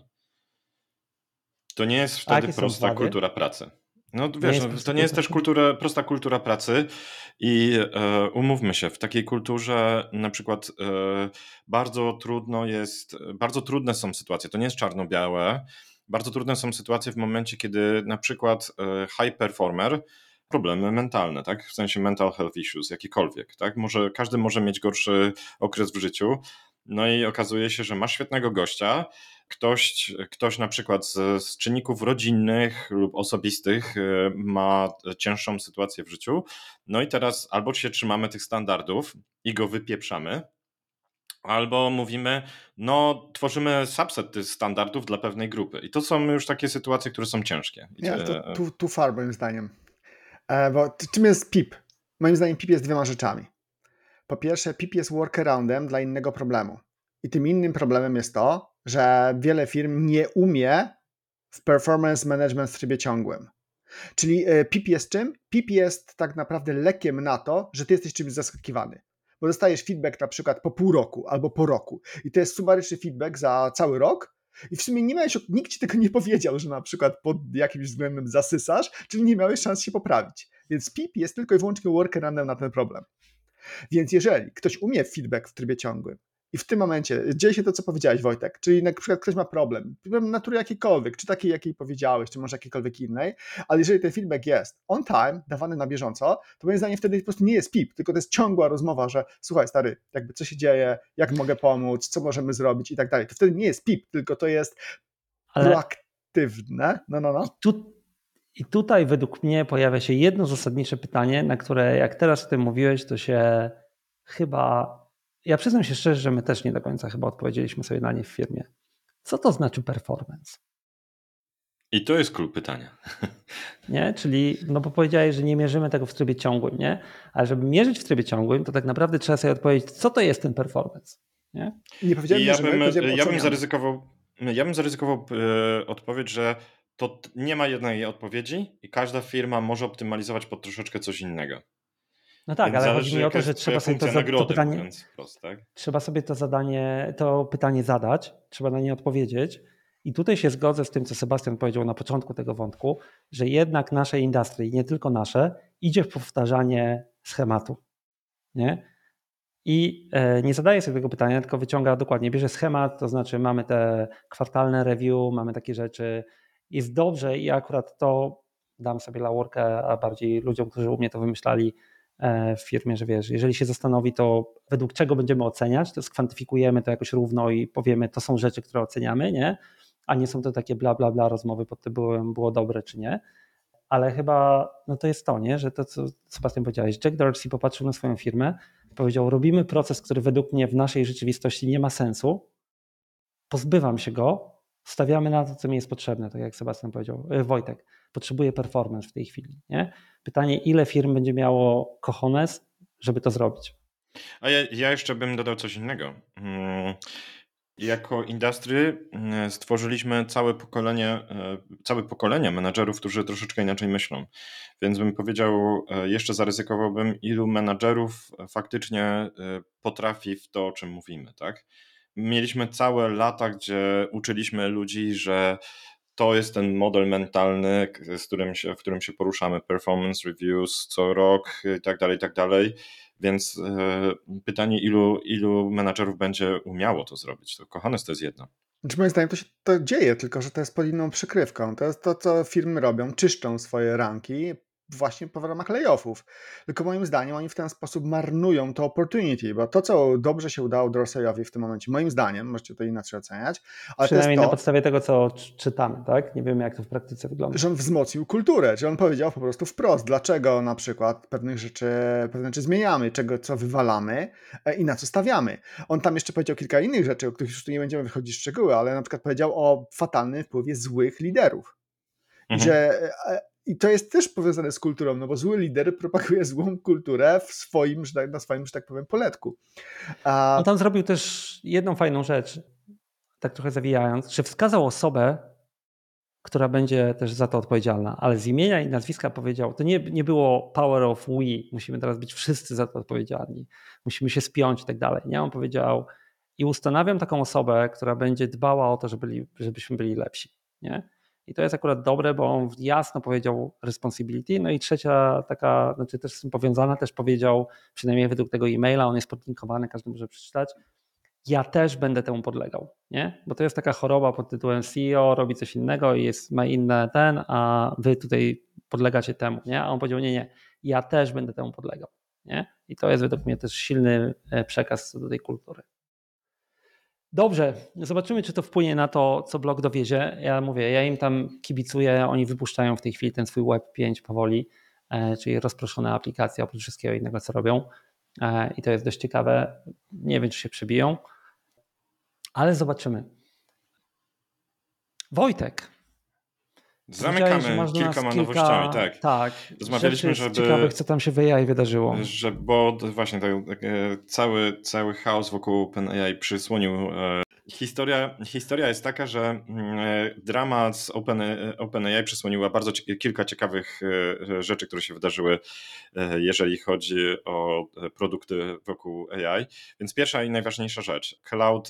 To nie jest wtedy prosta kultura pracy. No wiesz, to nie jest też prosta kultura pracy i umówmy się, w takiej kulturze na przykład bardzo trudne są sytuacje, to nie jest czarno-białe, bardzo trudne są sytuacje w momencie, kiedy na przykład high performer problemy mentalne, tak? W sensie mental health issues, jakiekolwiek, tak? Każdy może mieć gorszy okres w życiu, no i okazuje się, że masz świetnego gościa, ktoś na przykład z czynników rodzinnych lub osobistych ma cięższą sytuację w życiu, no i teraz albo się trzymamy tych standardów i go wypieprzamy, albo mówimy, no tworzymy subset tych standardów dla pewnej grupy i to są już takie sytuacje, które są ciężkie. Nie, to too far moim zdaniem. Bo czym jest PIP? Moim zdaniem PIP jest dwiema rzeczami. Po pierwsze, PIP jest workaroundem dla innego problemu. I tym innym problemem jest to, że wiele firm nie umie w performance management w trybie ciągłym. Czyli PIP jest czym? PIP jest tak naprawdę lekiem na to, że ty jesteś czymś zaskakiwany. Bo dostajesz feedback na przykład po pół roku albo po roku. I to jest sumaryczny feedback za cały rok. I w sumie nikt ci tego nie powiedział, że na przykład pod jakimś względem zasysasz, czyli nie miałeś szans się poprawić. Więc PIP jest tylko i wyłącznie workaroundem na ten problem. Więc jeżeli ktoś umie feedback w trybie ciągłym i w tym momencie dzieje się to, co powiedziałeś, Wojtek, czyli na przykład ktoś ma problem natury jakiejkolwiek, czy takiej, jakiej powiedziałeś, czy może jakiejkolwiek innej, ale jeżeli ten feedback jest on time, dawany na bieżąco, to moim zdaniem wtedy po prostu nie jest PIP, tylko to jest ciągła rozmowa, że słuchaj stary, jakby co się dzieje, jak mogę pomóc, co możemy zrobić i tak dalej. To wtedy nie jest PIP, tylko to jest efektywne. I, I tutaj według mnie pojawia się jedno zasadnicze pytanie, na które jak teraz o tym mówiłeś, to się chyba, ja przyznam się szczerze, że my też nie do końca chyba odpowiedzieliśmy sobie na nie w firmie. Co to znaczy performance? I to jest klucz pytania. Nie? Czyli, no bo powiedziałeś, że nie mierzymy tego w trybie ciągłym, nie? Ale żeby mierzyć w trybie ciągłym, to tak naprawdę trzeba sobie odpowiedzieć, co to jest ten performance. Nie, nie powiedziałem mierzymy, ja bym zaryzykował odpowiedź, że to nie ma jednej odpowiedzi i każda firma może optymalizować pod troszeczkę coś innego. no tak, Więc ale zależy, chodzi mi o to, jaka że jest trzeba sobie funkcja nagrody, pytanie, mówiąc wprost, tak? trzeba sobie to pytanie zadać, trzeba na nie odpowiedzieć. I tutaj się zgodzę z tym, co Sebastian powiedział na początku tego wątku, że jednak nasze industry, nie tylko nasze, idzie w powtarzanie schematu. Nie? I nie zadaje sobie tego pytania, tylko wyciąga dokładnie, bierze schemat, to znaczy mamy te kwartalne review, mamy takie rzeczy. Jest dobrze i akurat to dam sobie laurkę, a bardziej ludziom, którzy u mnie to wymyślali w firmie, że wiesz, jeżeli się zastanowi, to według czego będziemy oceniać, to skwantyfikujemy to jakoś równo i powiemy, to są rzeczy, które oceniamy, nie? A nie są to takie bla, bla, bla rozmowy pod tytułem było dobre czy nie. Ale chyba no to jest to, nie? Że to, co Sebastian powiedziałeś, Jack Dorsey popatrzył na swoją firmę, powiedział, robimy proces, który według mnie w naszej rzeczywistości nie ma sensu, pozbywam się go, stawiamy na to, co mi jest potrzebne, tak jak Sebastian powiedział, Wojtek, potrzebuje performance w tej chwili. Nie? Pytanie, ile firm będzie miało cojones, żeby to zrobić? A ja jeszcze bym dodał coś innego. Jako industry stworzyliśmy całe pokolenie menadżerów, którzy troszeczkę inaczej myślą. Więc bym powiedział, jeszcze zaryzykowałbym, ilu menadżerów faktycznie potrafi w to, o czym mówimy, tak? Mieliśmy całe lata, gdzie uczyliśmy ludzi, że to jest ten model mentalny, w którym się poruszamy, performance reviews co rok i tak dalej. Więc pytanie, ilu menadżerów będzie umiało to zrobić? To kochanes to jest jedno. Znaczy, moim zdaniem to się to dzieje, tylko że to jest pod inną przykrywką. To jest to, co firmy robią, czyszczą swoje ranki właśnie po ramach layoffów. Tylko moim zdaniem oni w ten sposób marnują to opportunity, bo to, co dobrze się udało Dorseyowi w tym momencie, moim zdaniem, możecie to inaczej oceniać, ale to jest Przynajmniej na to, podstawie tego, co czytamy, tak? Nie wiemy, jak to w praktyce wygląda. że on wzmocnił kulturę, że on powiedział po prostu wprost, dlaczego na przykład pewne rzeczy zmieniamy, co wywalamy i na co stawiamy. On tam jeszcze powiedział kilka innych rzeczy, o których już tu nie będziemy wychodzić w szczegóły, ale na przykład powiedział o fatalnym wpływie złych liderów. I to jest też powiązane z kulturą, no bo zły lider propaguje złą kulturę na swoim, że tak powiem, poletku. On tam zrobił też jedną fajną rzecz, tak trochę zawijając, że wskazał osobę, która będzie też za to odpowiedzialna, ale z imienia i nazwiska powiedział, to nie było power of we, musimy teraz być wszyscy za to odpowiedzialni, musimy się spiąć i tak dalej. Nie, on powiedział i ustanawiam taką osobę, która będzie dbała o to, żebyśmy byli lepsi. Nie? I to jest akurat dobre, bo on jasno powiedział responsibility. No i trzecia taka, znaczy też z tym powiązana, też powiedział, przynajmniej według tego e-maila, on jest podlinkowany, każdy może przeczytać, ja też będę temu podlegał, nie? Bo to jest taka choroba pod tytułem CEO robi coś innego i ma inne a wy tutaj podlegacie temu, nie? A on powiedział nie, ja też będę temu podlegał, nie? I to jest według mnie też silny przekaz co do tej kultury. Dobrze, zobaczymy, czy to wpłynie na to, co blog dowiezie. Ja mówię, ja im tam kibicuję, oni wypuszczają w tej chwili ten swój Web 5 powoli, czyli rozproszone aplikacje oprócz wszystkiego innego, co robią. I to jest dość ciekawe. Nie wiem, czy się przebiją, ale zobaczymy. Wojtek. Zamykamy kilkoma nowościami, tak. Tak, rozmawialiśmy, rzeczy ciekawych, co tam się w AI wydarzyło. Bo właśnie cały chaos wokół OpenAI przysłonił. Historia jest taka, że dramat z OpenAI przysłoniła bardzo kilka ciekawych rzeczy, które się wydarzyły, jeżeli chodzi o produkty wokół AI. Więc pierwsza i najważniejsza rzecz.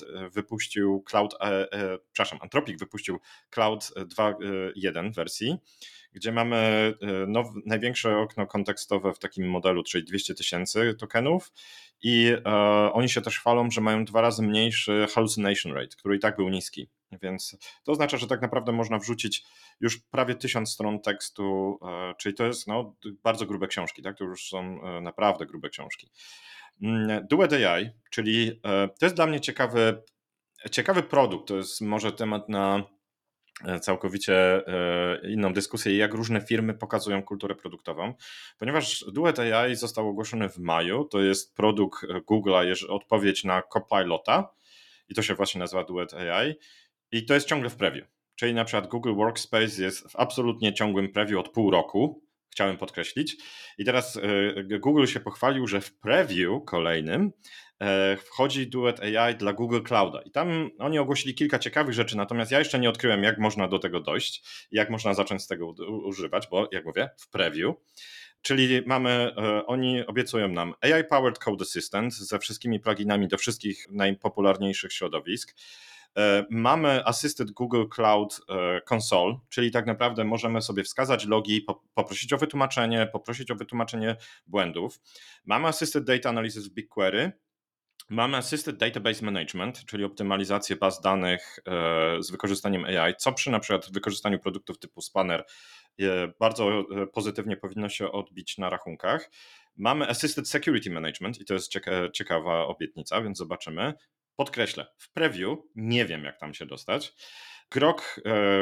Anthropic wypuścił Cloud 2.1 wersji, gdzie mamy największe okno kontekstowe w takim modelu, czyli 200 000 tokenów i oni się też chwalą, że mają 2 razy mniejszy hallucination rate, który i tak był niski, więc to oznacza, że tak naprawdę można wrzucić już prawie 1000 stron tekstu, czyli to jest bardzo grube książki, tak? To już są naprawdę grube książki. Duet AI, czyli to jest dla mnie ciekawy produkt, to jest może temat całkowicie inną dyskusję, jak różne firmy pokazują kulturę produktową, ponieważ Duet AI został ogłoszony w maju, to jest produkt Google'a, odpowiedź na Copilota i to się właśnie nazywa Duet AI i to jest ciągle w preview, czyli na przykład Google Workspace jest w absolutnie ciągłym preview od pół roku, chciałem podkreślić i teraz Google się pochwalił, że w preview kolejnym wchodzi Duet AI dla Google Clouda i tam oni ogłosili kilka ciekawych rzeczy, natomiast ja jeszcze nie odkryłem, jak można do tego dojść, jak można zacząć z tego używać, bo jak mówię, w preview. Czyli oni obiecują nam AI-powered code assistant ze wszystkimi pluginami do wszystkich najpopularniejszych środowisk. Mamy Assisted Google Cloud Console, czyli tak naprawdę możemy sobie wskazać logi, poprosić o wytłumaczenie błędów. Mamy Assisted Data Analysis w BigQuery. Mamy Assisted Database Management, czyli optymalizację baz danych z wykorzystaniem AI, co przy na przykład wykorzystaniu produktów typu Spanner bardzo pozytywnie powinno się odbić na rachunkach. Mamy Assisted Security Management i to jest ciekawa obietnica, więc zobaczymy. Podkreślę, w preview nie wiem, jak tam się dostać. Grok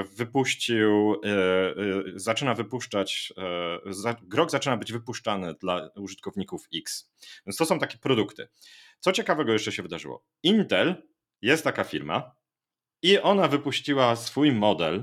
zaczyna być wypuszczany dla użytkowników X. Więc to są takie produkty. Co ciekawego jeszcze się wydarzyło? Intel jest taka firma i ona wypuściła swój model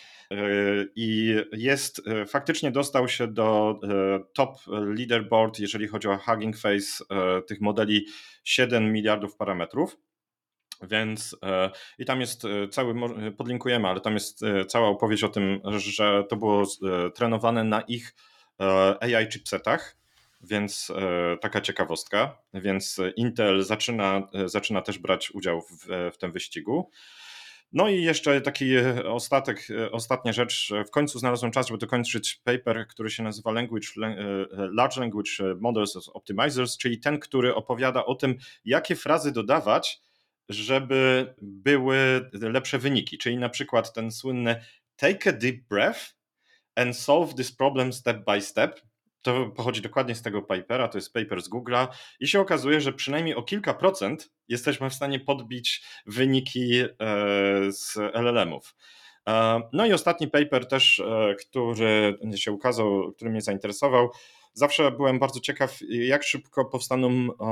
i faktycznie dostał się do top leaderboard, jeżeli chodzi o Hugging Face tych modeli 7 miliardów parametrów. Więc i tam jest podlinkujemy, ale tam jest cała opowieść o tym, że to było trenowane na ich AI chipsetach, więc taka ciekawostka. Więc Intel zaczyna też brać udział w tym wyścigu. No i jeszcze taki ostatnia rzecz. W końcu znalazłem czas, żeby dokończyć paper, który się nazywa Large Language Models Optimizers, czyli ten, który opowiada o tym, jakie frazy dodawać, żeby były lepsze wyniki. Czyli na przykład ten słynny take a deep breath and solve this problem step by step. To pochodzi dokładnie z tego papera, to jest paper z Google'a i się okazuje, że przynajmniej o kilka procent jesteśmy w stanie podbić wyniki z LLM-ów. No i ostatni paper też, który się ukazał, który mnie zainteresował. Zawsze byłem bardzo ciekaw, jak szybko powstaną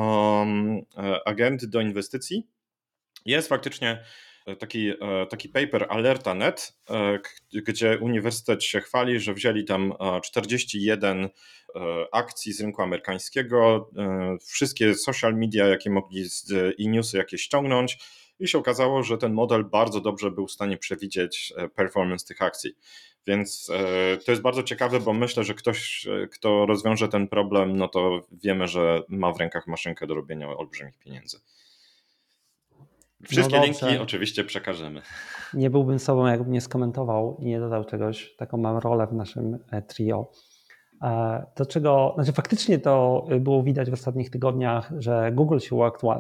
agendy do inwestycji. Jest faktycznie taki paper Alerta.net, gdzie uniwersytet się chwali, że wzięli tam 41 akcji z rynku amerykańskiego, wszystkie social media, jakie mogli i newsy jakie ściągnąć i się okazało, że ten model bardzo dobrze był w stanie przewidzieć performance tych akcji. Więc to jest bardzo ciekawe, bo myślę, że ktoś, kto rozwiąże ten problem, no to wiemy, że ma w rękach maszynkę do robienia olbrzymich pieniędzy. Wszystkie linki oczywiście przekażemy. Nie byłbym sobą, jakbym nie skomentował i nie dodał czegoś. Taką mam rolę w naszym trio. Faktycznie to było widać w ostatnich tygodniach, że Google się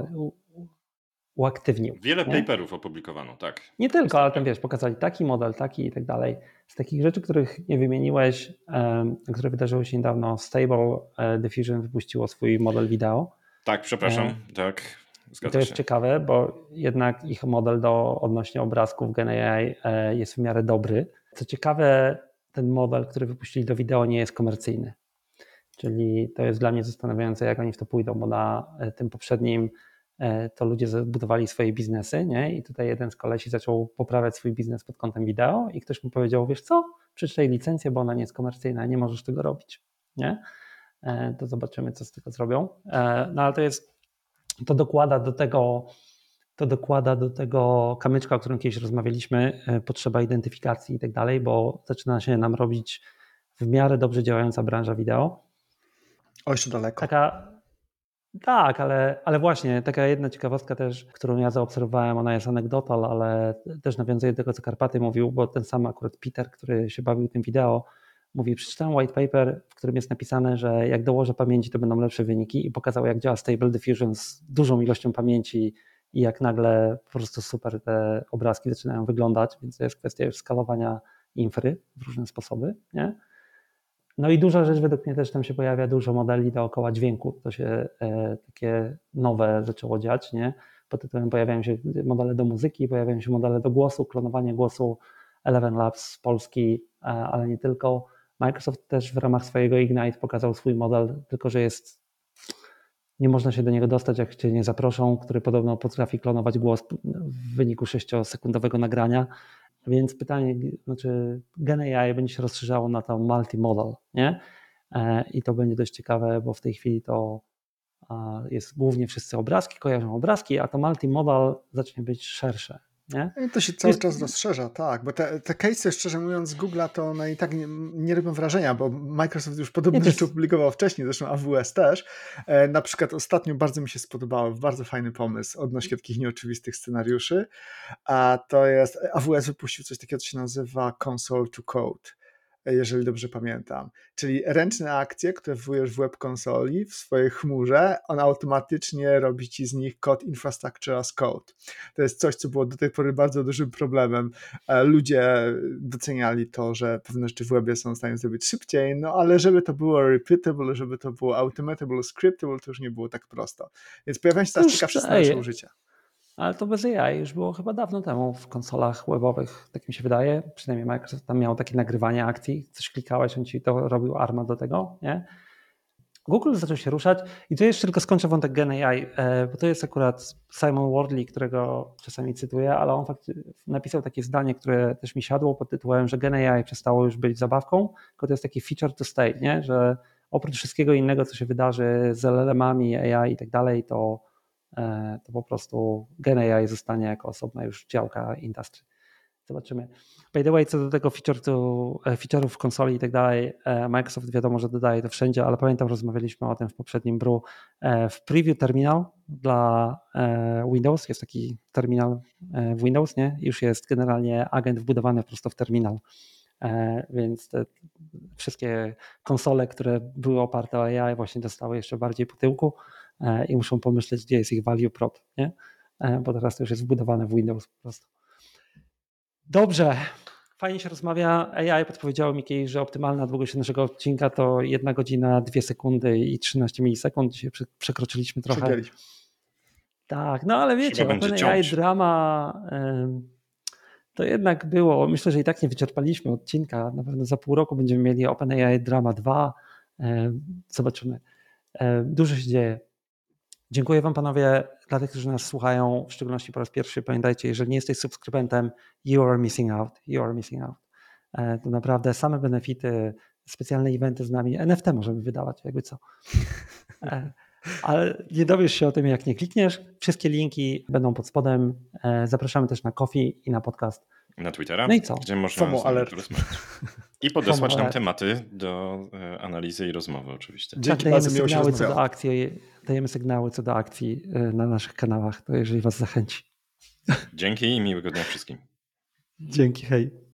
uaktywnił. Wiele paperów opublikowano, tak. Nie tylko, ale tam pokazali taki model, taki i tak dalej. Z takich rzeczy, których nie wymieniłeś, które wydarzyły się niedawno, Stable Diffusion wypuściło swój model wideo. Tak, przepraszam, tak. I to jest ciekawe, bo jednak ich model odnośnie obrazków GenAI jest w miarę dobry. Co ciekawe, ten model, który wypuścili do wideo, nie jest komercyjny. Czyli to jest dla mnie zastanawiające, jak oni w to pójdą, bo na tym poprzednim to ludzie zbudowali swoje biznesy, nie? I tutaj jeden z kolesi zaczął poprawiać swój biznes pod kątem wideo i ktoś mu powiedział, wiesz co, przeczytaj licencję, bo ona nie jest komercyjna, nie możesz tego robić, nie? To zobaczymy, co z tego zrobią. No ale to dokłada do tego kamyczka, o którym kiedyś rozmawialiśmy, potrzeba identyfikacji i tak dalej, bo zaczyna się nam robić w miarę dobrze działająca branża wideo. O, jeszcze daleko. Tak, ale właśnie taka jedna ciekawostka też, którą ja zaobserwowałem, ona jest anegdotal, ale też nawiązuje do tego, co Karpaty mówił, bo ten sam akurat Peter, który się bawił tym wideo, mówi, przeczytałem white paper, w którym jest napisane, że jak dołożę pamięci, to będą lepsze wyniki i pokazał, jak działa Stable Diffusion z dużą ilością pamięci i jak nagle po prostu super te obrazki zaczynają wyglądać, więc to jest kwestia już skalowania infry w różne sposoby, nie? No i duża rzecz według mnie też tam się pojawia, dużo modeli dookoła dźwięku, to się takie nowe zaczęło dziać, nie? Pod tytułem pojawiają się modele do muzyki, pojawiają się modele do głosu, klonowanie głosu, Eleven Labs z Polski, ale nie tylko. Microsoft też w ramach swojego Ignite pokazał swój model, tylko że nie można się do niego dostać, jak cię nie zaproszą, który podobno potrafi klonować głos w wyniku 6-sekundowego nagrania. Więc pytanie, znaczy Gen AI będzie się rozszerzało na to multimodal, nie? I to będzie dość ciekawe, bo w tej chwili to jest głównie wszyscy obrazki, kojarzą obrazki, a to multimodal zacznie być szersze. Nie? I to się cały czas rozszerza, tak, bo te case'y, szczerze mówiąc, z Google'a to one i tak nie robią wrażenia, bo Microsoft już podobne rzeczy opublikował wcześniej, zresztą AWS też. Na przykład ostatnio bardzo mi się spodobało, bardzo fajny pomysł odnośnie takich nieoczywistych scenariuszy, a to jest, AWS wypuścił coś takiego, co się nazywa Console to Code, jeżeli dobrze pamiętam. Czyli ręczne akcje, które wwujesz w web konsoli, w swojej chmurze, on automatycznie robi ci z nich kod infrastructure as code. To jest coś, co było do tej pory bardzo dużym problemem. Ludzie doceniali to, że pewne rzeczy w webie są w stanie zrobić szybciej, no ale żeby to było repeatable, żeby to było automatable, scriptable, to już nie było tak prosto. Więc pojawiają się teraz ciekawsze scenariusze użycia. Ale to bez AI już było chyba dawno temu w konsolach webowych, tak mi się wydaje. Przynajmniej Microsoft tam miał takie nagrywanie akcji, coś klikałeś, on ci to robił arma do tego, nie? Google zaczął się ruszać i tu jeszcze tylko skończę wątek Gen AI, bo to jest akurat Simon Wardley, którego czasami cytuję, ale on napisał takie zdanie, które też mi siadło pod tytułem, że Gen AI przestało już być zabawką, tylko to jest taki feature to stay, nie? Że oprócz wszystkiego innego, co się wydarzy z LLM-ami, AI i tak dalej, to po prostu Gen AI zostanie jako osobna już działka industry. Zobaczymy. By the way, co do tego feature'ów w konsoli i tak dalej, Microsoft wiadomo, że dodaje to wszędzie, ale pamiętam, rozmawialiśmy o tym w poprzednim brew. W preview terminal dla Windows, jest taki terminal w Windows, nie? Już jest generalnie agent wbudowany prosto w terminal. Więc te wszystkie konsole, które były oparte o AI, właśnie dostały jeszcze bardziej po tyłku i muszą pomyśleć, gdzie jest ich value prop, nie? Bo teraz to już jest wbudowane w Windows po prostu. Dobrze, fajnie się rozmawia. AI podpowiedziało mi kiedyś, że optymalna długość naszego odcinka to 1 godzina, 2 sekundy i 13 milisekund. Dzisiaj przekroczyliśmy trochę. Przegięliśmy. Tak, no ale wiecie, OpenAI drama to jednak było. Myślę, że i tak nie wyczerpaliśmy odcinka. Na pewno za pół roku będziemy mieli OpenAI Drama 2. Zobaczymy. Dużo się dzieje. Dziękuję wam panowie, dla tych, którzy nas słuchają, w szczególności po raz pierwszy. Pamiętajcie, jeżeli nie jesteś subskrybentem, you are missing out. To naprawdę same benefity, specjalne eventy z nami, NFT możemy wydawać, jakby co. Ale nie dowiesz się o tym, jak nie klikniesz. Wszystkie linki będą pod spodem. Zapraszamy też na Coffee i na podcast. Na Twittera, no i co? Gdzie można rozmawiać. I podesłać nam tematy do analizy i rozmowy oczywiście. Tak, dajemy sygnały co do akcji na naszych kanałach, to jeżeli was zachęci. Dzięki i miłego dnia wszystkim. Dzięki, hej.